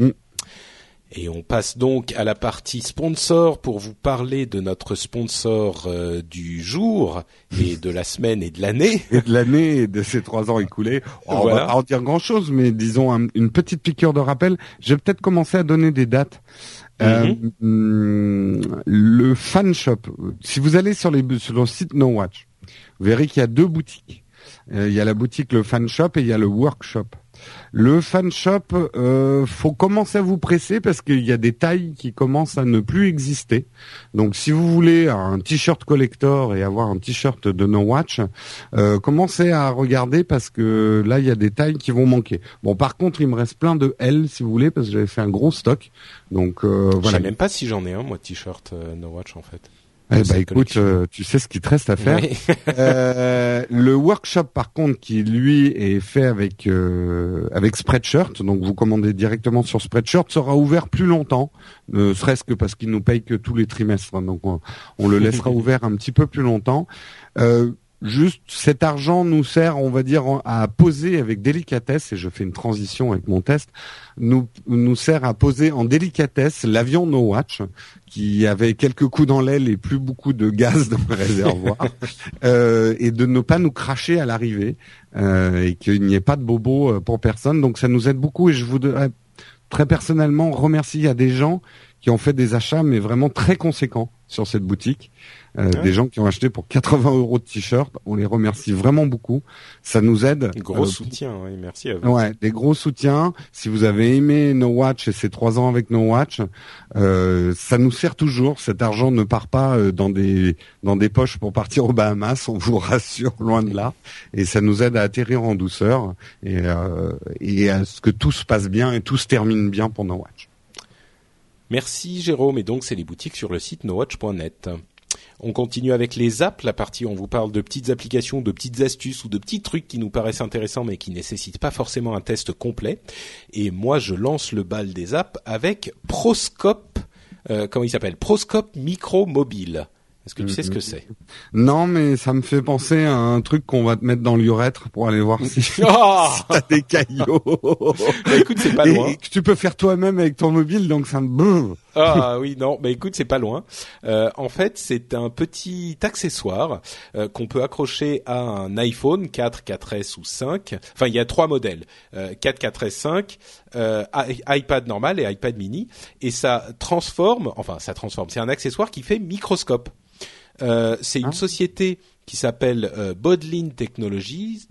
Et on passe donc à la partie sponsor pour vous parler de notre sponsor du jour et de la semaine et de l'année. Et de l'année et de ces 3 ans écoulés. Voilà. On va pas en dire grand-chose, mais disons une petite piqûre de rappel. Je vais peut-être commencer à donner des dates. Le fan shop, si vous allez sur le site No Watch, vous verrez qu'il y a 2 boutiques. Il y a la boutique le fan shop et il y a le workshop. Le fan shop, faut commencer à vous presser parce qu'il y a des tailles qui commencent à ne plus exister. Donc si vous voulez un t-shirt collector et avoir un t-shirt de No Watch, commencez à regarder parce que là il y a des tailles qui vont manquer. Bon, par contre il me reste plein de L si vous voulez, parce que j'avais fait un gros stock. Donc voilà. Je sais même pas si j'en ai un moi t-shirt No Watch en fait. Écoute, tu sais ce qu'il te reste à faire. Oui. Le workshop, par contre, qui lui est fait avec Spreadshirt, donc vous commandez directement sur Spreadshirt, sera ouvert plus longtemps, ne serait-ce que parce qu'il nous paye que tous les trimestres, donc on le laissera ouvert un petit peu plus longtemps. Juste, cet argent nous sert, on va dire, à poser avec délicatesse, et je fais une transition avec mon test, nous sert à poser en délicatesse l'avion No Watch, qui avait quelques coups dans l'aile et plus beaucoup de gaz dans le réservoir, et de ne pas nous cracher à l'arrivée, et qu'il n'y ait pas de bobo pour personne. Donc ça nous aide beaucoup, et je voudrais très personnellement remercier à des gens qui ont fait des achats, mais vraiment très conséquents sur cette boutique. Des gens qui ont acheté pour 80 € de t-shirt, on les remercie vraiment beaucoup. Ça nous aide. Gros soutien, oui, merci à vous. Ouais, des gros soutiens. Si vous avez aimé No Watch et ces 3 ans avec No Watch, ça nous sert toujours. Cet argent ne part pas dans des poches pour partir aux Bahamas, on vous rassure, loin de là. Et ça nous aide à atterrir en douceur et à ce que tout se passe bien et tout se termine bien pour No Watch. Merci Jérôme, et donc c'est les boutiques sur le site nowatch.net. On continue avec les apps, la partie où on vous parle de petites applications, de petites astuces ou de petits trucs qui nous paraissent intéressants mais qui nécessitent pas forcément un test complet. Et moi je lance le bal des apps avec Proscope, comment il s'appelle ? Proscope Micro Mobile. Est-ce que tu sais ce que c'est ? Non, mais ça me fait penser à un truc qu'on va te mettre dans l'urètre pour aller voir si t'as des caillots. Bah, écoute, c'est pas loin. Et que tu peux faire toi-même avec ton mobile, donc ça me... Ah oui, non, bah écoute, c'est pas loin. En fait, c'est un petit accessoire qu'on peut accrocher à un iPhone 4, 4S ou 5. Enfin, il y a 3 modèles, 4, 4S, 5, iPad normal et iPad mini. Et ça transforme, c'est un accessoire qui fait microscope. C'est une société qui s'appelle Bodlin Technologies,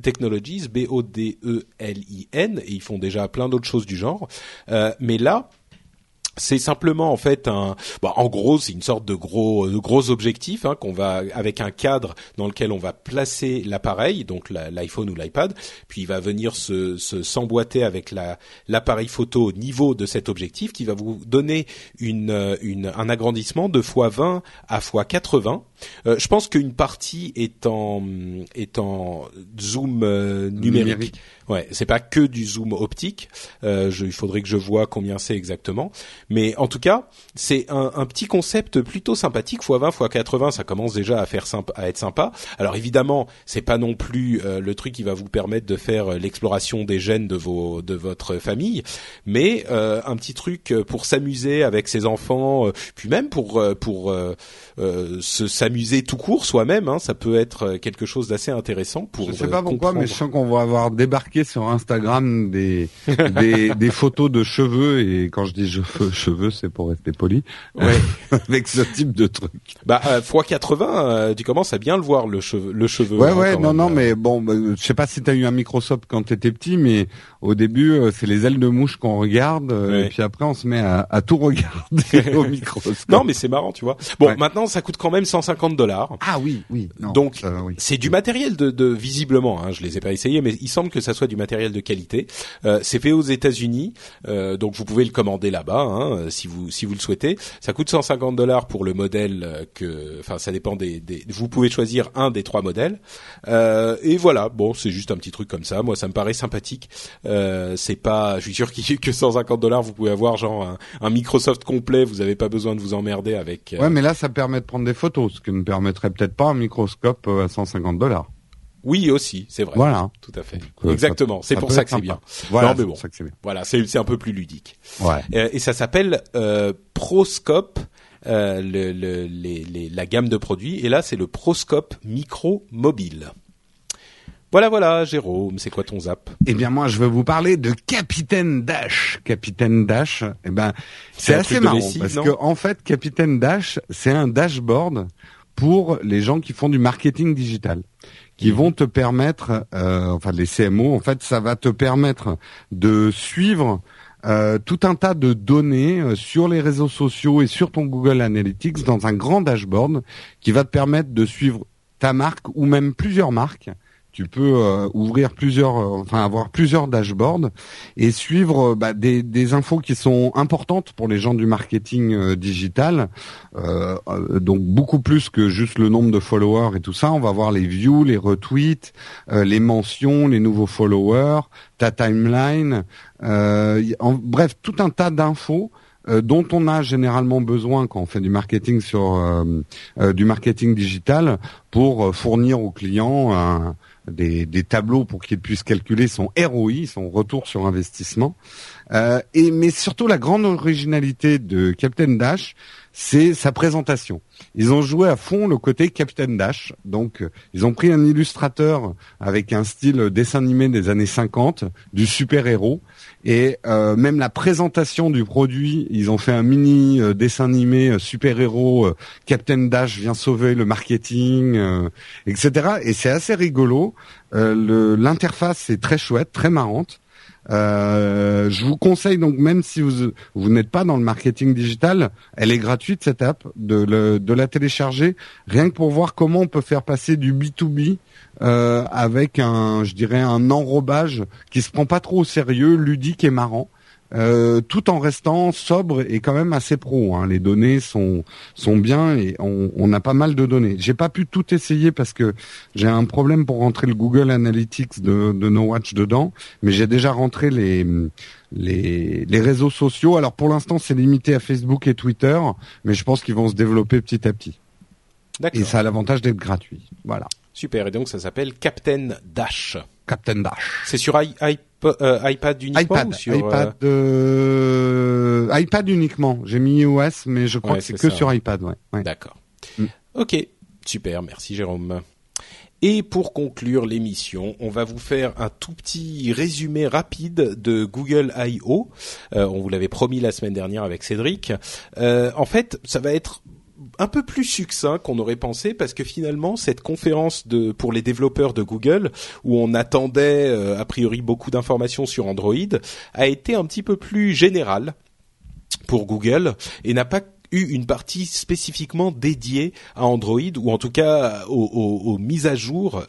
Bodlin, et ils font déjà plein d'autres choses du genre. Mais là, c'est simplement en fait en gros c'est une sorte de gros objectif qu'on va avec un cadre dans lequel on va placer l'appareil, donc l'iPhone ou l'iPad, puis il va venir s'emboîter avec l'appareil photo au niveau de cet objectif qui va vous donner un agrandissement de x20 à x80. Je pense qu'une partie est en zoom numérique. Ouais, c'est pas que du zoom optique. Il faudrait que je vois combien c'est exactement. Mais en tout cas, c'est un petit concept plutôt sympathique. x20, x80, ça commence déjà à être sympa. Alors évidemment, c'est pas non plus le truc qui va vous permettre de faire l'exploration des gènes de votre famille, mais un petit truc pour s'amuser avec ses enfants, puis même pour s'amuser tout court soi-même. Ça peut être quelque chose d'assez intéressant pour. Je sais pas pourquoi, mais je sens qu'on va avoir débarqué sur Instagram des photos de cheveux, et quand je dis cheveux, c'est pour rester poli. Ouais. Avec ce type de truc. x80, tu commences à bien le voir le cheveu. Ouais, non, mais bon, je sais pas si t'as eu un Microsoft quand t'étais petit, mais au début, c'est les ailes de mouche qu'on regarde, et puis après on se met à tout regarder au microscope. Non, mais c'est marrant, tu vois. Bon, maintenant ça coûte quand même $150. Ah oui. Non, donc c'est du matériel de visiblement, je les ai pas essayés, mais il semble que ça soit du matériel de qualité. C'est fait aux États-Unis, donc vous pouvez le commander là-bas, si vous le souhaitez. Ça coûte $150 pour le modèle ça dépend vous pouvez choisir un des 3 modèles. Et voilà, bon, c'est juste un petit truc comme ça. Moi, ça me paraît sympathique. C'est pas, je suis sûr que $150 vous pouvez avoir genre un Microsoft complet. Vous avez pas besoin de vous emmerder avec. Ouais, mais là, ça permet de prendre des photos, ce que ne permettrait peut-être pas un microscope à $150. Oui, aussi, c'est vrai. Voilà. Tout à fait. Exactement. C'est pour ça que c'est bien. Voilà. Non, mais bon. C'est pour ça que c'est bien. Voilà, c'est un peu plus ludique. Ouais. Et ça s'appelle Proscope, la gamme de produits. Et là, c'est le Proscope Micro Mobile. Voilà, Jérôme, c'est quoi ton zap ? Eh bien, moi, je vais vous parler de Capitaine Dash. Capitaine Dash, c'est assez marrant parce que en fait, Capitaine Dash, c'est un dashboard pour les gens qui font du marketing digital, qui vont te permettre, les CMO, en fait, ça va te permettre de suivre tout un tas de données sur les réseaux sociaux et sur ton Google Analytics dans un grand dashboard qui va te permettre de suivre ta marque ou même plusieurs marques. tu peux ouvrir avoir plusieurs dashboards et suivre des infos qui sont importantes pour les gens du marketing digital. Donc beaucoup plus que juste le nombre de followers et tout ça. On va voir les views, les retweets, les mentions, les nouveaux followers, ta timeline, bref, tout un tas d'infos dont on a généralement besoin quand on fait du marketing du marketing digital pour fournir aux clients des tableaux pour qu'ils puissent calculer son ROI, son retour sur investissement. Mais surtout la grande originalité de Captain Dash, c'est sa présentation. Ils ont joué à fond le côté Captain Dash. Donc, ils ont pris un illustrateur avec un style dessin animé des années 50, du super-héros. Et même la présentation du produit, ils ont fait un mini dessin animé super-héros. Captain Dash vient sauver le marketing, etc. Et c'est assez rigolo. L'interface est très chouette, très marrante. Je vous conseille donc, même si vous n'êtes pas dans le marketing digital, elle est gratuite cette app, de la télécharger, rien que pour voir comment on peut faire passer du B2B avec un enrobage qui se prend pas trop au sérieux, ludique et marrant. Tout en restant sobre et quand même assez pro, hein. Les données sont bien et on a pas mal de données. J'ai pas pu tout essayer parce que j'ai un problème pour rentrer le Google Analytics de No Watch dedans, mais j'ai déjà rentré les réseaux sociaux. Alors pour l'instant c'est limité à Facebook et Twitter, mais je pense qu'ils vont se développer petit à petit. D'accord. Et ça a l'avantage d'être gratuit. Voilà. Super. Et donc ça s'appelle Captain Dash. Captain Dash. C'est sur iPad uniquement ou sur iPad uniquement. J'ai mis iOS, mais je crois que c'est que sur iPad. Ouais. D'accord. Ok, super. Merci Jérôme. Et pour conclure l'émission, on va vous faire un tout petit résumé rapide de Google I.O. On vous l'avait promis la semaine dernière avec Cédric. En fait, ça va être un peu plus succinct qu'on aurait pensé, parce que finalement cette conférence pour les développeurs de Google, où on attendait a priori beaucoup d'informations sur Android, a été un petit peu plus générale pour Google et n'a pas eu une partie spécifiquement dédiée à Android, ou en tout cas aux mises à jour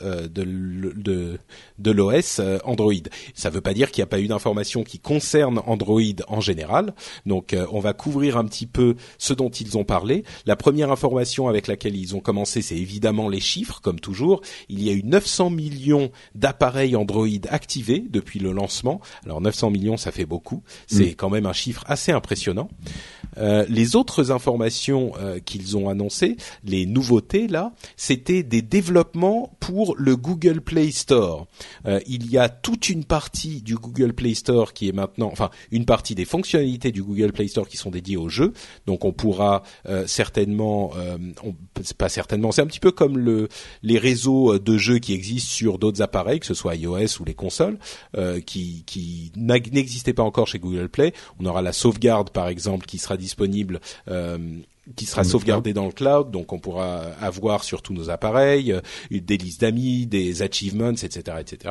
de l'OS Android. Ça ne veut pas dire qu'il n'y a pas eu d'informations qui concernent Android en général. Donc on va couvrir un petit peu ce dont ils ont parlé. La première information avec laquelle ils ont commencé, c'est évidemment les chiffres, comme toujours. Il y a eu 900 millions d'appareils Android activés depuis le lancement. Alors 900 millions, ça fait beaucoup. C'est quand même un chiffre assez impressionnant. Les autres informations qu'ils ont annoncées, les nouveautés là, c'était des développements pour le Google Play Store. Il y a toute une partie du Google Play Store qui est maintenant, enfin une partie des fonctionnalités du Google Play Store qui sont dédiées aux jeux. Donc on pourra certainement, pas certainement, c'est un petit peu comme les réseaux de jeux qui existent sur d'autres appareils, que ce soit iOS ou les consoles, qui n'existaient pas encore chez Google Play. On aura la sauvegarde par exemple qui sera disponible, qui sera sauvegardée dans le cloud, donc on pourra avoir sur tous nos appareils des listes d'amis, des achievements, etc., etc.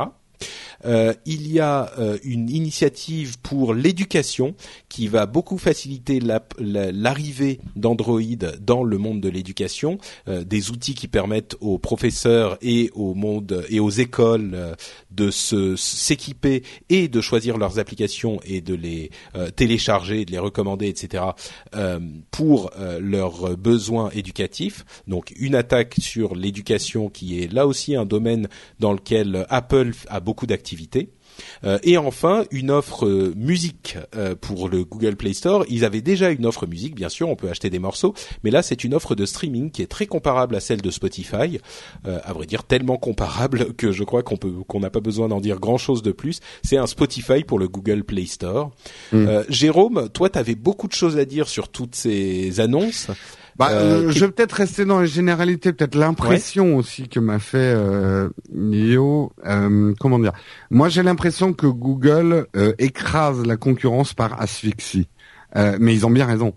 Il y a une initiative pour l'éducation qui va beaucoup faciliter l'arrivée d'Android dans le monde de l'éducation, des outils qui permettent aux professeurs et aux écoles de s'équiper et de choisir leurs applications et de les télécharger, de les recommander, etc. Pour leurs besoins éducatifs. Donc une attaque sur l'éducation qui est là aussi un domaine dans lequel Apple a beaucoup d'activités. Et enfin, une offre musique pour le Google Play Store. Ils avaient déjà une offre musique, bien sûr, on peut acheter des morceaux, mais là c'est une offre de streaming qui est très comparable à celle de Spotify, à vrai dire tellement comparable que je crois qu'on n'a pas besoin d'en dire grand-chose de plus. C'est un Spotify pour le Google Play Store. Jérôme, toi t'avais beaucoup de choses à dire sur toutes ces annonces. Je vais peut-être rester dans les généralités, peut-être l'impression aussi que m'a fait Mio. Comment dire ? Moi, j'ai l'impression que Google écrase la concurrence par asphyxie. Mais ils ont bien raison.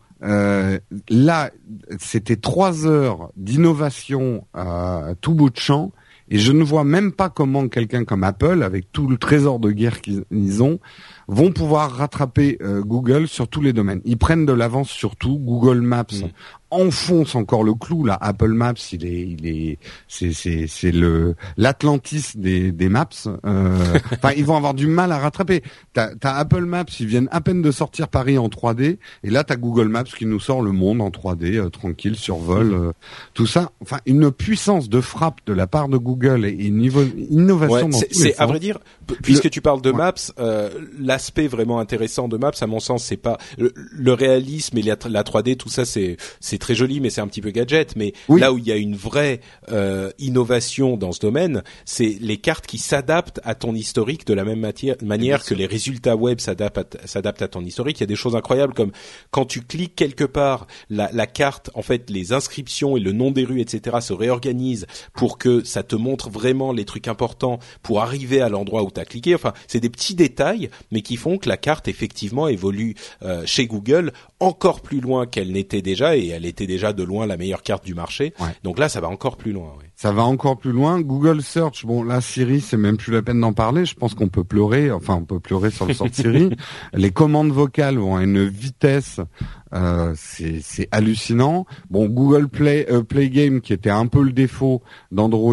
Là, c'était 3 heures d'innovation à tout bout de champ, et je ne vois même pas comment quelqu'un comme Apple, avec tout le trésor de guerre qu'ils ont, vont pouvoir rattraper Google sur tous les domaines. Ils prennent de l'avance sur tout. Google Maps enfonce encore le clou là. Apple Maps, c'est l'Atlantis des maps. Enfin, ils vont avoir du mal à rattraper. T'as Apple Maps, ils viennent à peine de sortir Paris en 3D, et là t'as Google Maps qui nous sort le monde en 3D, tranquille, survol, tout ça. Enfin, une puissance de frappe de la part de Google et une innovation dans tous les sens. À vrai dire, puisque tu parles de Maps, l'aspect vraiment intéressant de Maps, à mon sens, c'est pas le réalisme et la 3D, tout ça, c'est très joli, mais c'est un petit peu gadget. Mais là où il y a une vraie innovation dans ce domaine, c'est les cartes qui s'adaptent à ton historique de la même manière que les résultats web s'adaptent à ton historique. Il y a des choses incroyables comme quand tu cliques quelque part, la carte, en fait, les inscriptions et le nom des rues, etc., se réorganisent pour que ça te montre vraiment les trucs importants pour arriver à l'endroit où tu as cliqué. Enfin, c'est des petits détails, mais qui font que la carte, effectivement, évolue chez Google encore plus loin qu'elle n'était déjà, et elle était déjà de loin la meilleure carte du marché. Ouais. Donc là, ça va encore plus loin. Ouais. Ça va encore plus loin. Google Search, bon là, Siri, c'est même plus la peine d'en parler. Je pense qu'on peut pleurer. Enfin, on peut pleurer sur le sort de Siri. Les commandes vocales vont à une vitesse, c'est hallucinant. Bon, Google Play Game, qui était un peu le défaut d'Android,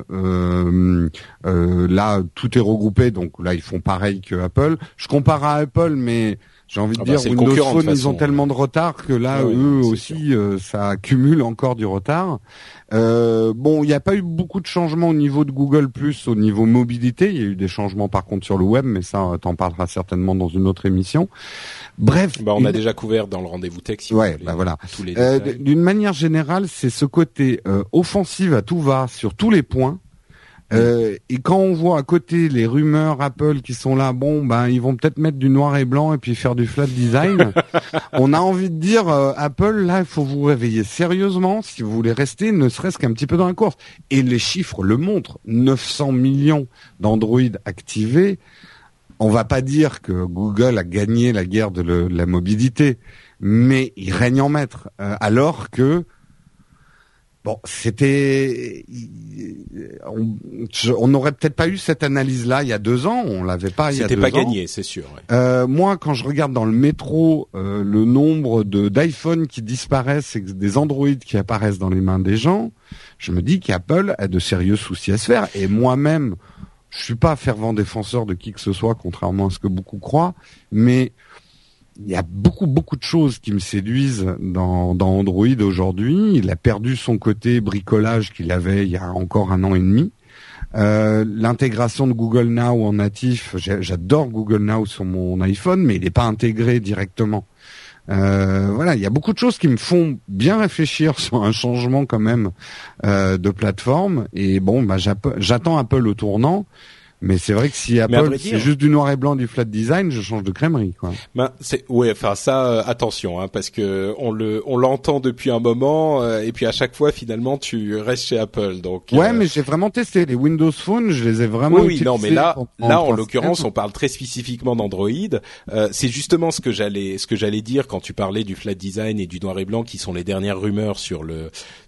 là, tout est regroupé. Donc là, ils font pareil que Apple. Je compare à Apple, mais j'ai envie de dire, Windows Phone, ils ont tellement de retard que là, eux aussi, ça accumule encore du retard. Bon, il n'y a pas eu beaucoup de changements au niveau de Google+, au niveau mobilité. Il y a eu des changements par contre sur le web, mais ça, t'en parleras certainement dans une autre émission. Bref. On a déjà couvert dans le rendez-vous tech. Si voilà. D'une manière générale, c'est ce côté offensive à tout va sur tous les points. Et quand on voit à côté les rumeurs Apple qui sont là, ils vont peut-être mettre du noir et blanc et puis faire du flat design. On a envie de dire, Apple, là, il faut vous réveiller sérieusement si vous voulez rester, ne serait-ce qu'un petit peu dans la course. Et les chiffres le montrent. 900 millions d'Android activés. On va pas dire que Google a gagné la guerre de la mobilité, mais il règne en maître. Alors que bon, on n'aurait peut-être pas eu cette analyse-là il y a 2 ans. On l'avait pas il y a 2 ans. C'était pas gagné, c'est sûr. Ouais. Moi, quand je regarde dans le métro le nombre d'iPhone qui disparaissent et des Android qui apparaissent dans les mains des gens, je me dis qu'Apple a de sérieux soucis à se faire. Et moi-même, je suis pas fervent défenseur de qui que ce soit, contrairement à ce que beaucoup croient, mais il y a beaucoup de choses qui me séduisent dans Android aujourd'hui. Il a perdu son côté bricolage qu'il avait il y a encore 1 an et demi. L'intégration de Google Now en natif, j'adore Google Now sur mon iPhone, mais il n'est pas intégré directement. Voilà, il y a beaucoup de choses qui me font bien réfléchir sur un changement quand même de plateforme. Et bon, j'attends Apple au tournant. Mais c'est vrai que si Apple c'est juste du noir et blanc, du flat design, je change de crèmerie, quoi. Attention, parce que on l'entend depuis un moment, et puis à chaque fois finalement tu restes chez Apple, donc. Ouais, mais j'ai vraiment testé les Windows Phone, je les ai vraiment. Oui, non, mais là en l'occurrence, on parle très spécifiquement d'Android. C'est justement ce que j'allais dire quand tu parlais du flat design et du noir et blanc, qui sont les dernières rumeurs sur le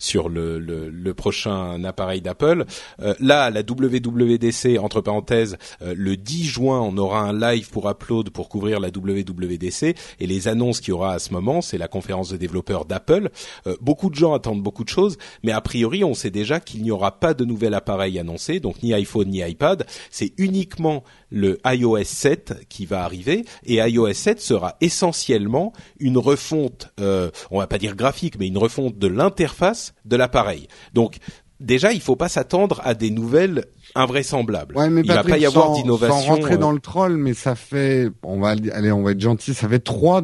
prochain appareil d'Apple. Là, à la WWDC, entre parenthèses, le 10 juin, on aura un live pour Upload pour couvrir la WWDC, et les annonces qu'il y aura à ce moment, c'est la conférence de développeurs d'Apple. Beaucoup de gens attendent beaucoup de choses, mais a priori, on sait déjà qu'il n'y aura pas de nouvel appareil annoncé, donc ni iPhone ni iPad. C'est uniquement le iOS 7 qui va arriver, et iOS 7 sera essentiellement une refonte, on va pas dire graphique, mais une refonte de l'interface de l'appareil. Donc déjà, il faut pas s'attendre à des nouvelles invraisemblables. Ouais, mais il va pas y avoir d'innovation. Sans rentrer dans le troll, mais ça fait, on va être gentil, ça fait 3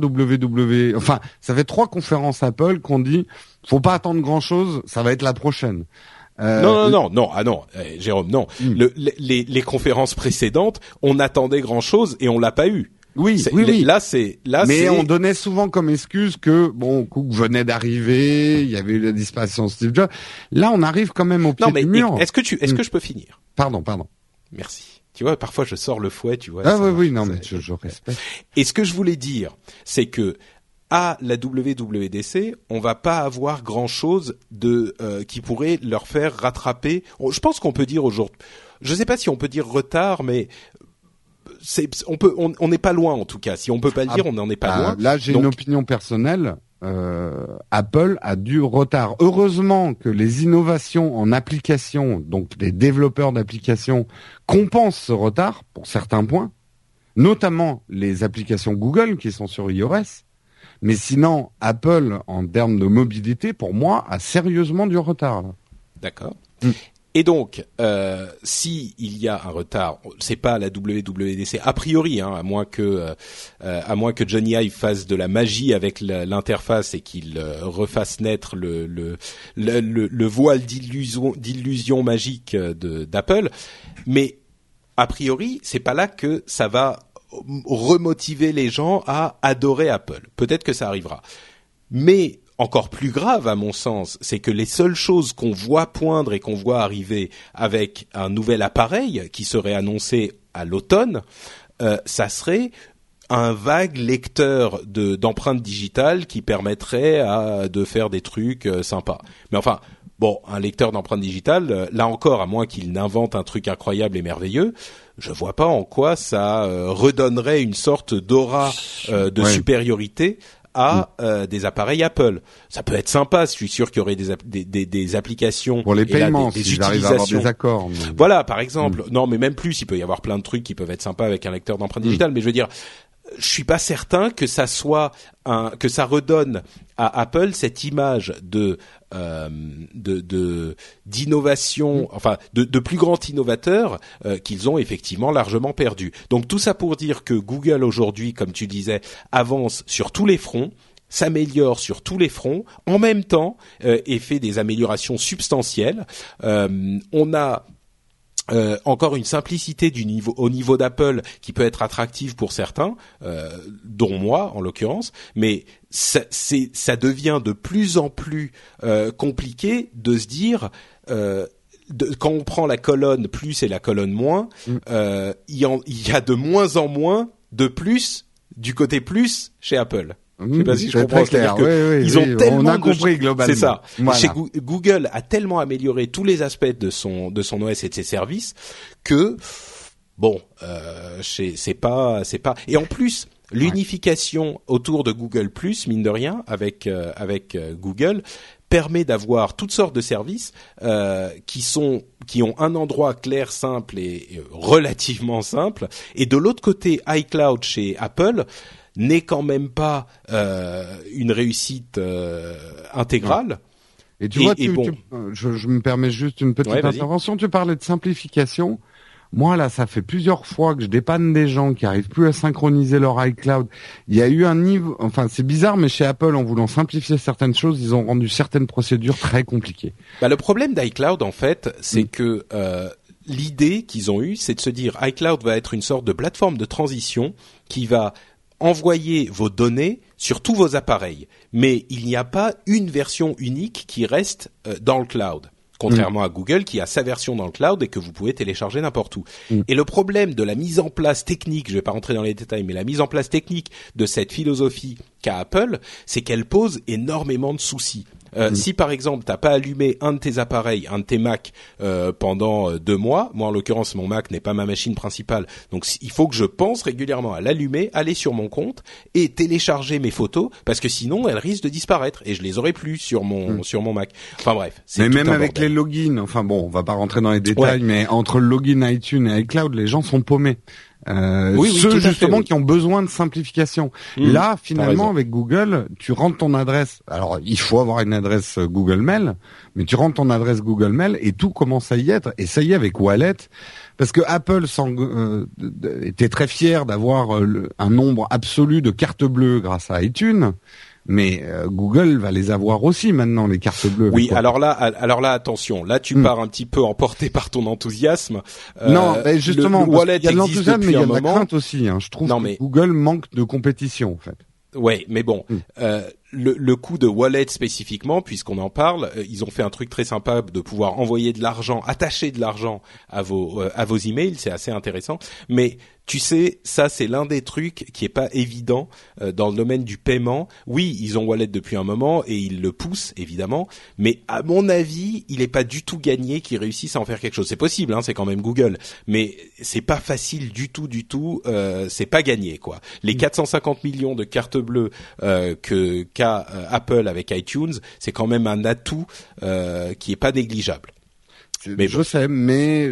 conférences Apple qu'on dit, faut pas attendre grand chose, ça va être la prochaine. Non, Jérôme, non. Les conférences précédentes, on attendait grand chose et on l'a pas eu. Oui. Mais on donnait souvent comme excuse que Cook venait d'arriver, il y avait eu la disparition de Steve Jobs. Là, on arrive quand même au pied du mur. Est-ce que je peux finir? Pardon. Merci. Tu vois, parfois je sors le fouet, tu vois. Mais je respecte. Et ce que je voulais dire, c'est que à la WWDC, on va pas avoir grand-chose qui pourrait leur faire rattraper. Je pense qu'on peut dire aujourd'hui, je sais pas si on peut dire retard, mais on n'est pas loin en tout cas. Si on peut pas le dire, on n'en est pas loin. Là, j'ai une opinion personnelle. Apple a du retard. Heureusement que les innovations en application, donc les développeurs d'applications, compensent ce retard pour certains points, notamment les applications Google qui sont sur iOS. Mais sinon, Apple, en termes de mobilité, pour moi, a sérieusement du retard. Là. D'accord. Et donc, si il y a un retard, c'est pas la WWDC a priori, à moins que Johnny Ive fasse de la magie avec l'interface et qu'il refasse naître le voile d'illusion magique d'Apple. Mais a priori, c'est pas là que ça va remotiver les gens à adorer Apple. Peut-être que ça arrivera, mais encore plus grave, à mon sens, c'est que les seules choses qu'on voit poindre et qu'on voit arriver avec un nouvel appareil qui serait annoncé à l'automne, ça serait un vague lecteur d'empreintes digitales qui permettrait de faire des trucs sympas. Mais enfin, bon, un lecteur d'empreintes digitales, là encore, à moins qu'il n'invente un truc incroyable et merveilleux, je vois pas en quoi ça redonnerait une sorte d'aura de supériorité à des appareils Apple. Ça peut être sympa, je suis sûr qu'il y aurait des applications pour les paiements, des si j'arrive à avoir des accords. Mais... Voilà, par exemple. Non, mais même plus, il peut y avoir plein de trucs qui peuvent être sympas avec un lecteur d'empreintes digitales, mais je veux dire, je suis pas certain que ça soit que ça redonne à Apple cette image d'innovation, enfin de plus grand innovateur qu'ils ont effectivement largement perdu. Donc tout ça pour dire que Google aujourd'hui, comme tu disais, avance sur tous les fronts, s'améliore sur tous les fronts en même temps et fait des améliorations substantielles. On a encore une simplicité au niveau d'Apple qui peut être attractive pour certains, dont moi en l'occurrence, mais ça devient de plus en plus compliqué de se dire quand on prend la colonne plus et la colonne moins, il y a de moins en moins de plus du côté plus chez Apple. Je sais pas si je comprends. C'est-à-dire que ils ont tellement on a compris globalement. C'est ça. Voilà. Google a tellement amélioré tous les aspects de son OS et de ses services que bon, c'est pas. Et en plus, l'unification autour de Google Plus, mine de rien, avec Google, permet d'avoir toutes sortes de services qui ont un endroit clair, simple et relativement simple. Et de l'autre côté, iCloud chez Apple n'est quand même pas une réussite intégrale. Et tu vois, je me permets juste une petite intervention. Tu parlais de simplification. Moi, là, ça fait plusieurs fois que je dépanne des gens qui arrivent plus à synchroniser leur iCloud. Il y a eu un niveau, enfin, c'est bizarre, mais chez Apple, en voulant simplifier certaines choses, ils ont rendu certaines procédures très compliquées. Le problème d'iCloud, en fait, c'est que l'idée qu'ils ont eue, c'est de se dire iCloud va être une sorte de plateforme de transition qui va envoyer vos données sur tous vos appareils. Mais il n'y a pas une version unique qui reste dans le cloud. Contrairement à Google qui a sa version dans le cloud et que vous pouvez télécharger n'importe où. Et le problème de la mise en place technique, je vais pas rentrer dans les détails, mais la mise en place technique de cette philosophie qu'a Apple, c'est qu'elle pose énormément de soucis. Si par exemple t'as pas allumé un de tes appareils, un de tes Mac pendant 2 mois, moi en l'occurrence mon Mac n'est pas ma machine principale, donc il faut que je pense régulièrement à l'allumer, aller sur mon compte et télécharger mes photos parce que sinon elles risquent de disparaître et je les aurais plus sur mon Mac. Enfin bref, c'est mais tout même avec bordel. les logins, enfin bon, on va pas rentrer dans les détails, mais entre le login iTunes et iCloud, les gens sont paumés. Ceux justement qui ont besoin de simplification. Là, finalement, avec Google, tu rentres ton adresse. Alors, il faut avoir une adresse Google Mail, mais tu rentres ton adresse Google Mail et tout commence à y être. Et ça y est, avec Wallet, parce que Apple était très fier d'avoir un nombre absolu de cartes bleues grâce à iTunes. Mais Google va les avoir aussi maintenant, les cartes bleues. Oui, alors là, attention. Là, tu pars un petit peu emporté par ton enthousiasme. Non, mais justement, le Wallet il y a de l'enthousiasme, mais il y a de la moment. crainte aussi. Je trouve que Google manque de compétition, en fait. Ouais, mais bon, le coup de Wallet spécifiquement, puisqu'on en parle, ils ont fait un truc très sympa de pouvoir envoyer de l'argent, attacher de l'argent à vos emails, c'est assez intéressant. Mais Tu sais, ça c'est l'un des trucs qui est pas évident dans le domaine du paiement. Oui, ils ont Wallet depuis un moment et ils le poussent évidemment, mais à mon avis, il est pas du tout gagné qu'ils réussissent à en faire quelque chose. C'est possible, hein, c'est quand même Google, mais c'est pas facile du tout. C'est pas gagné quoi. Les 450 millions de cartes bleues qu'a Apple avec iTunes, c'est quand même un atout qui est pas négligeable. Mais je sais, mais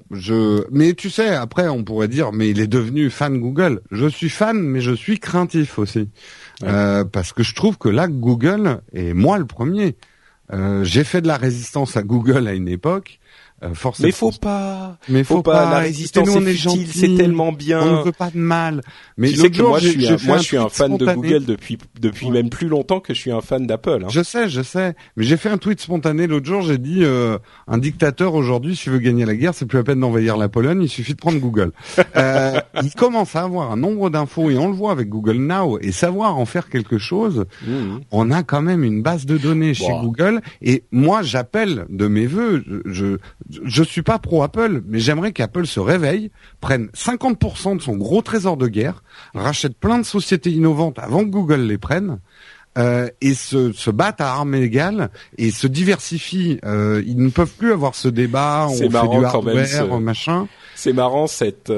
tu sais, après on pourrait dire, mais il est devenu fan Google. Je suis fan, mais je suis craintif aussi, parce que je trouve que là, Google, et moi le premier, j'ai fait de la résistance à Google à une époque. Mais faut pas. La résistance est futile, c'est tellement bien. On ne veut pas de mal. Mais tu sais que moi je suis un fan de Google depuis même plus longtemps que je suis un fan d'Apple. Hein. Je sais. Mais j'ai fait un tweet spontané l'autre jour. J'ai dit un dictateur aujourd'hui, s'il veut gagner la guerre, c'est plus la peine d'envahir la Pologne. Il suffit de prendre Google. Il commence à avoir un nombre d'infos et on le voit avec Google Now et savoir en faire quelque chose. On a quand même une base de données chez Google. Et moi, j'appelle de mes vœux. Je suis pas pro Apple, mais j'aimerais qu'Apple se réveille, prenne 50% de son gros trésor de guerre, rachète plein de sociétés innovantes avant que Google les prenne, et se battent à armes égales et se diversifient. Ils ne peuvent plus avoir ce débat. On fait du hardware, machin. C'est marrant cette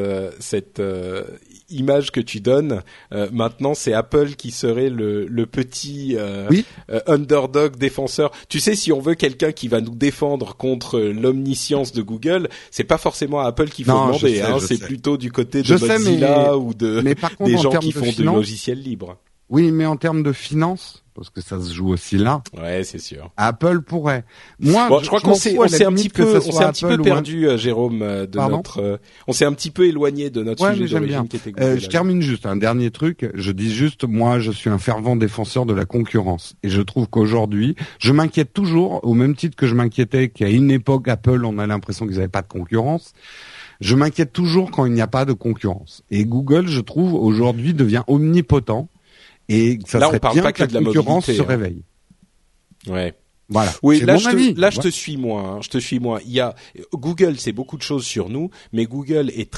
image que tu donnes. Maintenant, c'est Apple qui serait le petit underdog défenseur. Tu sais, si on veut quelqu'un qui va nous défendre contre l'omniscience de Google, c'est pas forcément à Apple qu'il faut demander. C'est plutôt du côté de Mozilla ou des gens qui font du logiciel libre. Oui, mais en termes de finance, parce que ça se joue aussi là. Ouais, c'est sûr. Apple pourrait. Moi, je crois qu'on s'est un petit peu perdu, Jérôme, on s'est un petit peu éloigné de notre sujet d'origine qui était Google. Je termine juste un dernier truc. Je dis juste, moi, je suis un fervent défenseur de la concurrence, et je trouve qu'aujourd'hui, je m'inquiète toujours, au même titre que je m'inquiétais qu'à une époque Apple, on a l'impression qu'ils n'avaient pas de concurrence. Je m'inquiète toujours quand il n'y a pas de concurrence. Et Google, je trouve, aujourd'hui, devient omnipotent. Et ça serait bien que la concurrence se réveille. Ouais. Voilà. Oui, je te suis moins. Il y a Google, c'est beaucoup de choses sur nous, mais Google est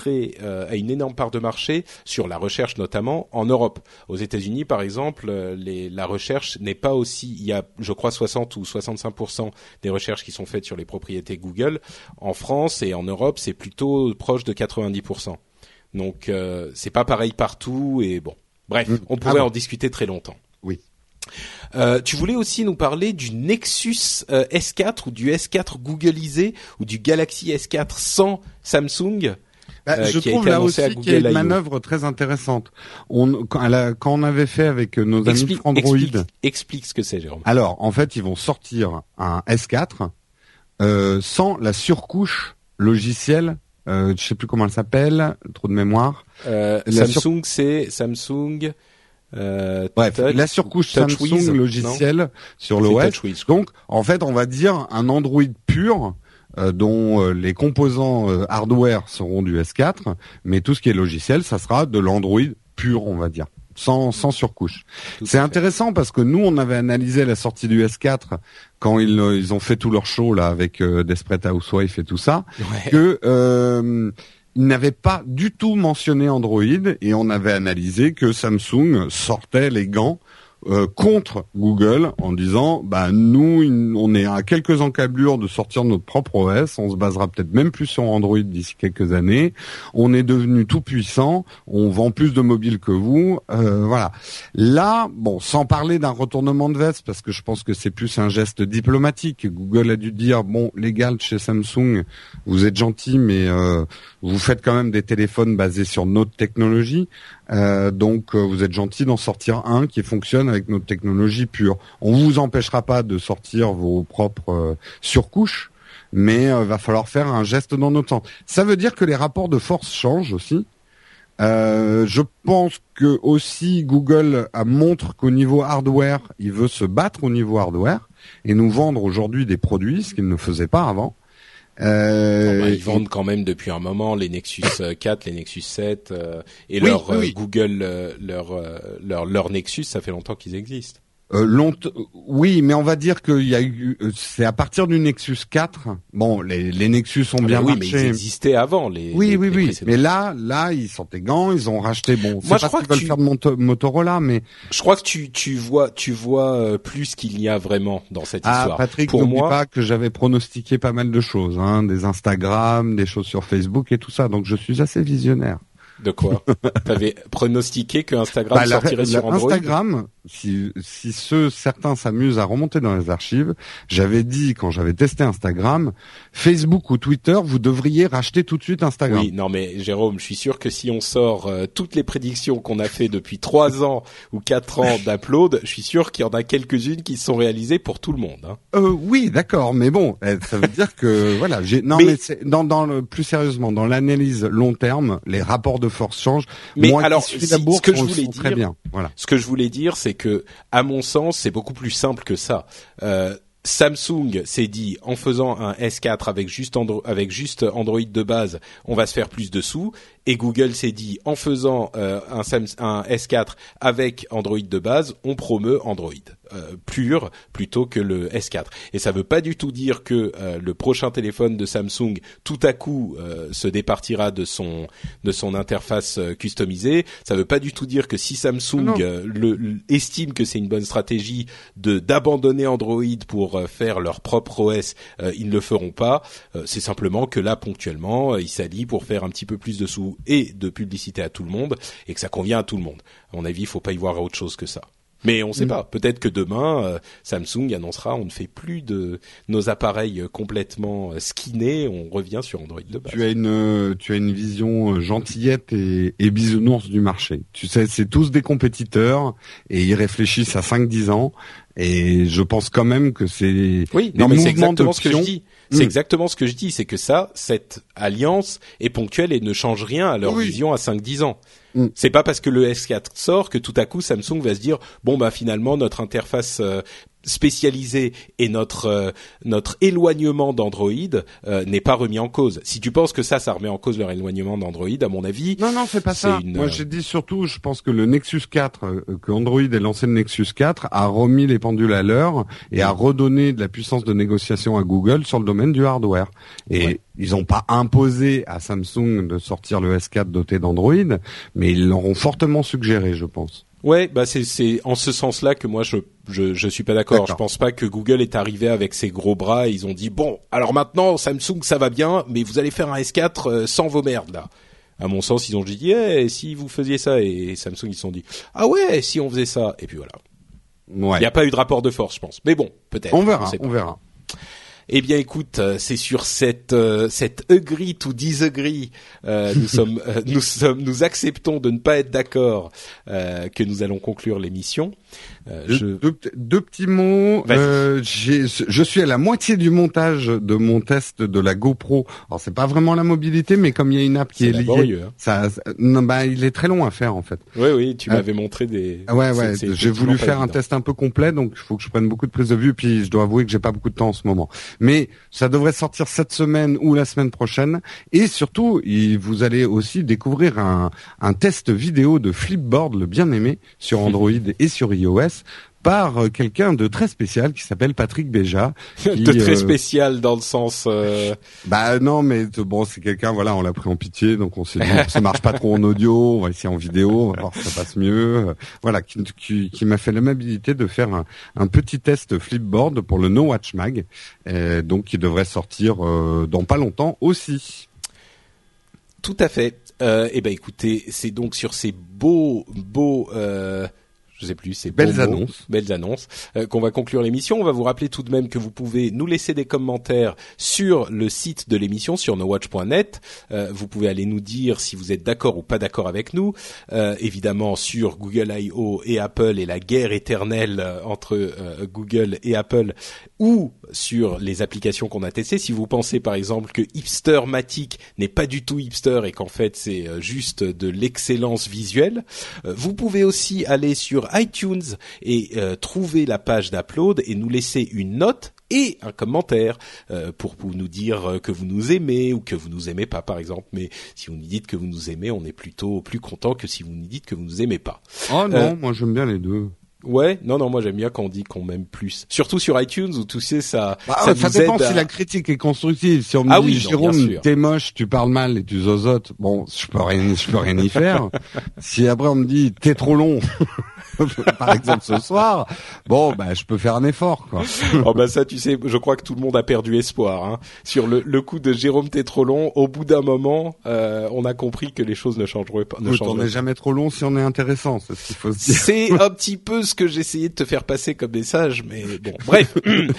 a une énorme part de marché sur la recherche, notamment en Europe. Aux États-Unis, par exemple, la recherche n'est pas aussi. Il y a, je crois, 60 ou 65% des recherches qui sont faites sur les propriétés Google. En France et en Europe, c'est plutôt proche de 90%. Donc, c'est pas pareil partout. Et bon, bref, on pourrait en discuter très longtemps. Oui. Tu voulais aussi nous parler du Nexus S4 ou du S4 Googleisé ou du Galaxy S4 sans Samsung. Je trouve là aussi qu'il y a une manœuvre très intéressante. Quand on avait fait avec nos amis Android. Explique ce que c'est, Jérôme. Alors, en fait, ils vont sortir un S4 sans la surcouche logicielle. Je sais plus comment elle s'appelle, trop de mémoire. Samsung, c'est Samsung. Bref, la surcouche Samsung logicielle sur l'OS. Donc, en fait, on va dire un Android pur dont les composants hardware seront du S4, mais tout ce qui est logiciel, ça sera de l'Android pur, on va dire, sans surcouche. C'est intéressant parce que nous, on avait analysé la sortie du S4 quand ils ont fait tout leur show là avec Desperate Housewives et tout ça, que il n'avait pas du tout mentionné Android et on avait analysé que Samsung sortait les gants contre Google en disant nous on est à quelques encablures de sortir notre propre OS, on se basera peut-être même plus sur Android d'ici quelques années, on est devenu tout puissant, on vend plus de mobiles que vous, voilà. Là, bon, sans parler d'un retournement de veste parce que je pense que c'est plus un geste diplomatique. Google a dû dire bon, les gars de chez Samsung, vous êtes gentils mais vous faites quand même des téléphones basés sur notre technologie. Donc vous êtes gentil d'en sortir un qui fonctionne avec notre technologie pure. On vous empêchera pas de sortir vos propres surcouches, mais va falloir faire un geste dans notre sens. Ça veut dire que les rapports de force changent aussi. Je pense que aussi Google montre qu'au niveau hardware, il veut se battre au niveau hardware et nous vendre aujourd'hui des produits, ce qu'il ne faisait pas avant. Ils vendent quand même depuis un moment les Nexus 4, les Nexus 7 et Google leur Nexus, ça fait longtemps qu'ils existent. Oui, mais on va dire qu'il y a eu, c'est à partir du Nexus 4. Bon, les Nexus ont bien marché. Oui, mais ils existaient avant Oui. Mais là, ils sont des gants, ils ont racheté. Bon, c'est pas ce qu'ils veulent faire de Motorola, mais je crois que tu vois plus qu'il y a vraiment dans cette histoire. Patrick, n'oublie pas que j'avais pronostiqué pas mal de choses, des Instagram, des choses sur Facebook et tout ça. Donc je suis assez visionnaire. De quoi? T'avais pronostiqué que Instagram sortirait sur Android? Instagram, si certains s'amusent à remonter dans les archives, j'avais dit quand j'avais testé Instagram, Facebook ou Twitter, vous devriez racheter tout de suite Instagram. Oui, non mais Jérôme, je suis sûr que si on sort toutes les prédictions qu'on a fait depuis 3 ans ou 4 ans d'Upload, je suis sûr qu'il y en a quelques-unes qui sont réalisées pour tout le monde. Oui, d'accord, mais bon, ça veut dire que voilà, mais c'est, plus sérieusement, dans l'analyse long terme, les rapports de force changent. Mais moi, alors, qui suis la bourse, ce que je voulais dire, très bien. Voilà. Ce que je voulais dire, c'est que, à mon sens, c'est beaucoup plus simple que ça. Samsung s'est dit, en faisant un S4 avec juste Android de base, on va se faire plus de sous. Et Google s'est dit, en faisant un S4 avec Android de base, on promeut Android pur plutôt que le S4. Et ça veut pas du tout dire que le prochain téléphone de Samsung tout à coup se départira de son interface customisée. Ça veut pas du tout dire que si Samsung estime que c'est une bonne stratégie d'abandonner Android pour faire leur propre OS, ils ne le feront pas. C'est simplement que là ponctuellement, ils s'allient pour faire un petit peu plus de sous et de publicité à tout le monde, et que ça convient à tout le monde. À mon avis, il faut pas y voir autre chose que ça. Mais on sait pas. Peut-être que demain, Samsung annoncera on ne fait plus de nos appareils complètement skinés, on revient sur Android de base. Tu as une vision gentillette et bisounours du marché. Tu sais, c'est tous des compétiteurs et ils réfléchissent à 5-10 ans. Et je pense quand même que c'est mais c'est exactement ce que je dis. C'est exactement ce que je dis, c'est que cette alliance est ponctuelle et ne change rien à leur vision à 5-10 ans. C'est pas parce que le S4 sort que tout à coup Samsung va se dire bon bah finalement notre interface spécialisée et notre éloignement d'Android n'est pas remis en cause. Si tu penses que ça remet en cause leur éloignement d'Android, à mon avis, non, c'est pas ça. Moi, j'ai dit surtout, je pense que le Nexus 4, que Android ait lancé le Nexus 4, a remis les pendules à l'heure et a redonné de la puissance de négociation à Google sur le domaine du hardware. Et ils n'ont pas imposé à Samsung de sortir le S4 doté d'Android, mais ils l'auront fortement suggéré, je pense. Ouais, bah c'est en ce sens-là que moi je suis pas d'accord. Je pense pas que Google est arrivé avec ses gros bras et ils ont dit bon, alors maintenant Samsung ça va bien, mais vous allez faire un S4 sans vos merdes là. À mon sens, ils ont dit si vous faisiez ça, et Samsung ils se sont dit ah ouais, si on faisait ça, et puis voilà. Ouais. Il y a pas eu de rapport de force, je pense. Mais bon, peut-être. On verra. Eh bien, écoute, c'est sur cette agree to disagree, nous acceptons de ne pas être d'accord, que nous allons conclure l'émission. Deux petits mots. Je suis à la moitié du montage de mon test de la GoPro. Alors c'est pas vraiment la mobilité, mais comme il y a une app qui est liée, il est très long à faire en fait. Oui, tu m'avais montré des. J'ai voulu faire un test un peu complet, donc il faut que je prenne beaucoup de prises de vue. Puis je dois avouer que j'ai pas beaucoup de temps en ce moment. Mais ça devrait sortir cette semaine ou la semaine prochaine. Et surtout, vous allez aussi découvrir un test vidéo de Flipboard, le bien aimé, sur Android et sur iOS, par quelqu'un de très spécial qui s'appelle Patrick Béja. De très spécial dans le sens... non, mais bon, c'est quelqu'un, voilà, on l'a pris en pitié, donc on s'est dit, ça marche pas trop en audio, on va essayer en vidéo, on va voir si ça passe mieux. Voilà, qui m'a fait l'amabilité de faire un petit test Flipboard pour le No Watch Mag, donc qui devrait sortir dans pas longtemps aussi. Tout à fait. Écoutez, c'est donc sur ces beaux je sais plus, c'est belles annonces qu'on va conclure l'émission. On va vous rappeler tout de même que vous pouvez nous laisser des commentaires sur le site de l'émission, sur nowatch.net. Vous pouvez aller nous dire si vous êtes d'accord ou pas d'accord avec nous. Évidemment sur Google I.O. et Apple et la guerre éternelle entre Google et Apple, ou sur les applications qu'on a testées. Si vous pensez par exemple que Hipstermatic n'est pas du tout hipster et qu'en fait c'est juste de l'excellence visuelle, vous pouvez aussi aller sur iTunes et trouver la page d'Upload et nous laisser une note et un commentaire pour nous dire que vous nous aimez ou que vous nous aimez pas par exemple. Mais si vous nous dites que vous nous aimez, on est plutôt plus content que si vous nous dites que vous nous aimez pas. Oh non, moi j'aime bien les deux. Ouais, non, moi j'aime bien quand on dit qu'on m'aime plus. Surtout sur iTunes où tu sais ça. Ça dépend si la critique est constructive. Si on me dit Jérôme, t'es moche, tu parles mal et tu zozotes, bon, je peux rien y faire. Si après on me dit t'es trop long. Par exemple ce soir, bon je peux faire un effort quoi. Oh ça tu sais, je crois que tout le monde a perdu espoir hein. Sur le coup de Jérôme t'es trop long, au bout d'un moment, on a compris que les choses ne changeraient pas. On n'est jamais trop long si on est intéressant, c'est ce qu'il faut se dire. C'est un petit peu ce que j'essayais de te faire passer comme message, mais bon, bref.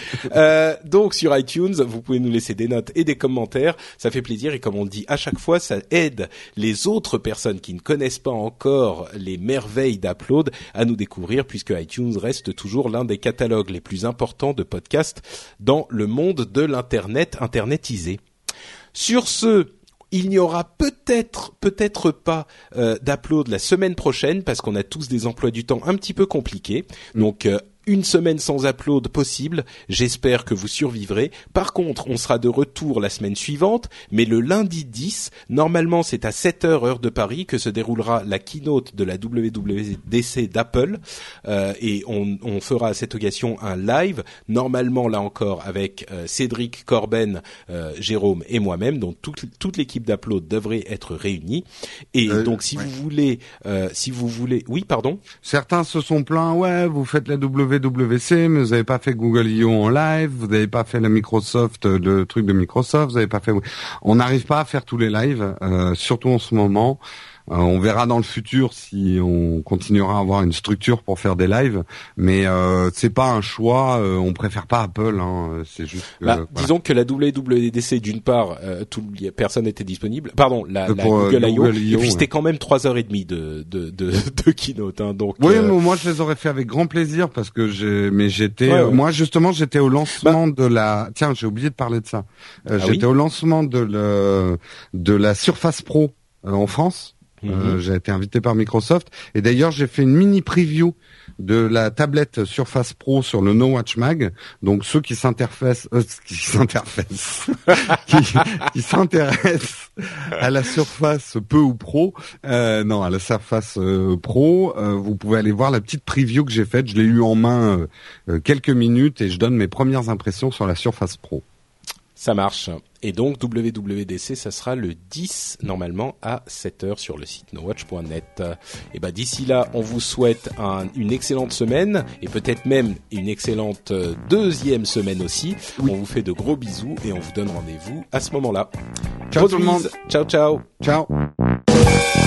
Donc sur iTunes, vous pouvez nous laisser des notes et des commentaires, ça fait plaisir et comme on dit à chaque fois, ça aide les autres personnes qui ne connaissent pas encore les merveilles d'Upload à nous découvrir puisque iTunes reste toujours l'un des catalogues les plus importants de podcasts dans le monde de l'internet internetisé. Sur ce, il n'y aura peut-être pas d'Upload la semaine prochaine parce qu'on a tous des emplois du temps un petit peu compliqués. Donc une semaine sans Upload possible. J'espère que vous survivrez. Par contre, on sera de retour la semaine suivante, mais le lundi 10, normalement c'est à 7h heure de Paris que se déroulera la keynote de la WWDC d'Apple et on fera à cette occasion un live, normalement là encore avec Cédric, Corben, Jérôme et moi-même, donc toute l'équipe d'Upload devrait être réunie. Et donc si vous voulez, oui, pardon. Certains se sont plaints, vous faites la WWC, mais vous n'avez pas fait Google I.O. en live, vous n'avez pas fait la Microsoft, le truc de Microsoft, vous n'avez pas fait. On n'arrive pas à faire tous les lives, surtout en ce moment. On verra dans le futur si on continuera à avoir une structure pour faire des lives, mais c'est pas un choix. On préfère pas Apple, hein, c'est juste. Voilà. Disons que la WWDC d'une part, personne n'était disponible. Pardon, la Google I.O. Et puis c'était quand même 3h30 de keynote, hein, donc. Oui, mais moi je les aurais fait avec grand plaisir parce que j'étais. Moi justement j'étais au lancement de la. Tiens, j'ai oublié de parler de ça. J'étais au lancement de la Surface Pro en France. J'ai été invité par Microsoft et d'ailleurs j'ai fait une mini preview de la tablette Surface Pro sur le No Watch Mag. Donc ceux qui s'intéressent à la Surface peu ou Pro, à la Surface Pro, vous pouvez aller voir la petite preview que j'ai faite. Je l'ai eu en main quelques minutes et je donne mes premières impressions sur la Surface Pro. Ça marche. Et donc, WWDC, ça sera le 10, normalement, à 7h sur le site nowatch.net. Et d'ici là, on vous souhaite une excellente semaine, et peut-être même une excellente deuxième semaine aussi. Oui. On vous fait de gros bisous, et on vous donne rendez-vous à ce moment-là. Ciao tout le monde. Ciao, ciao. Ciao.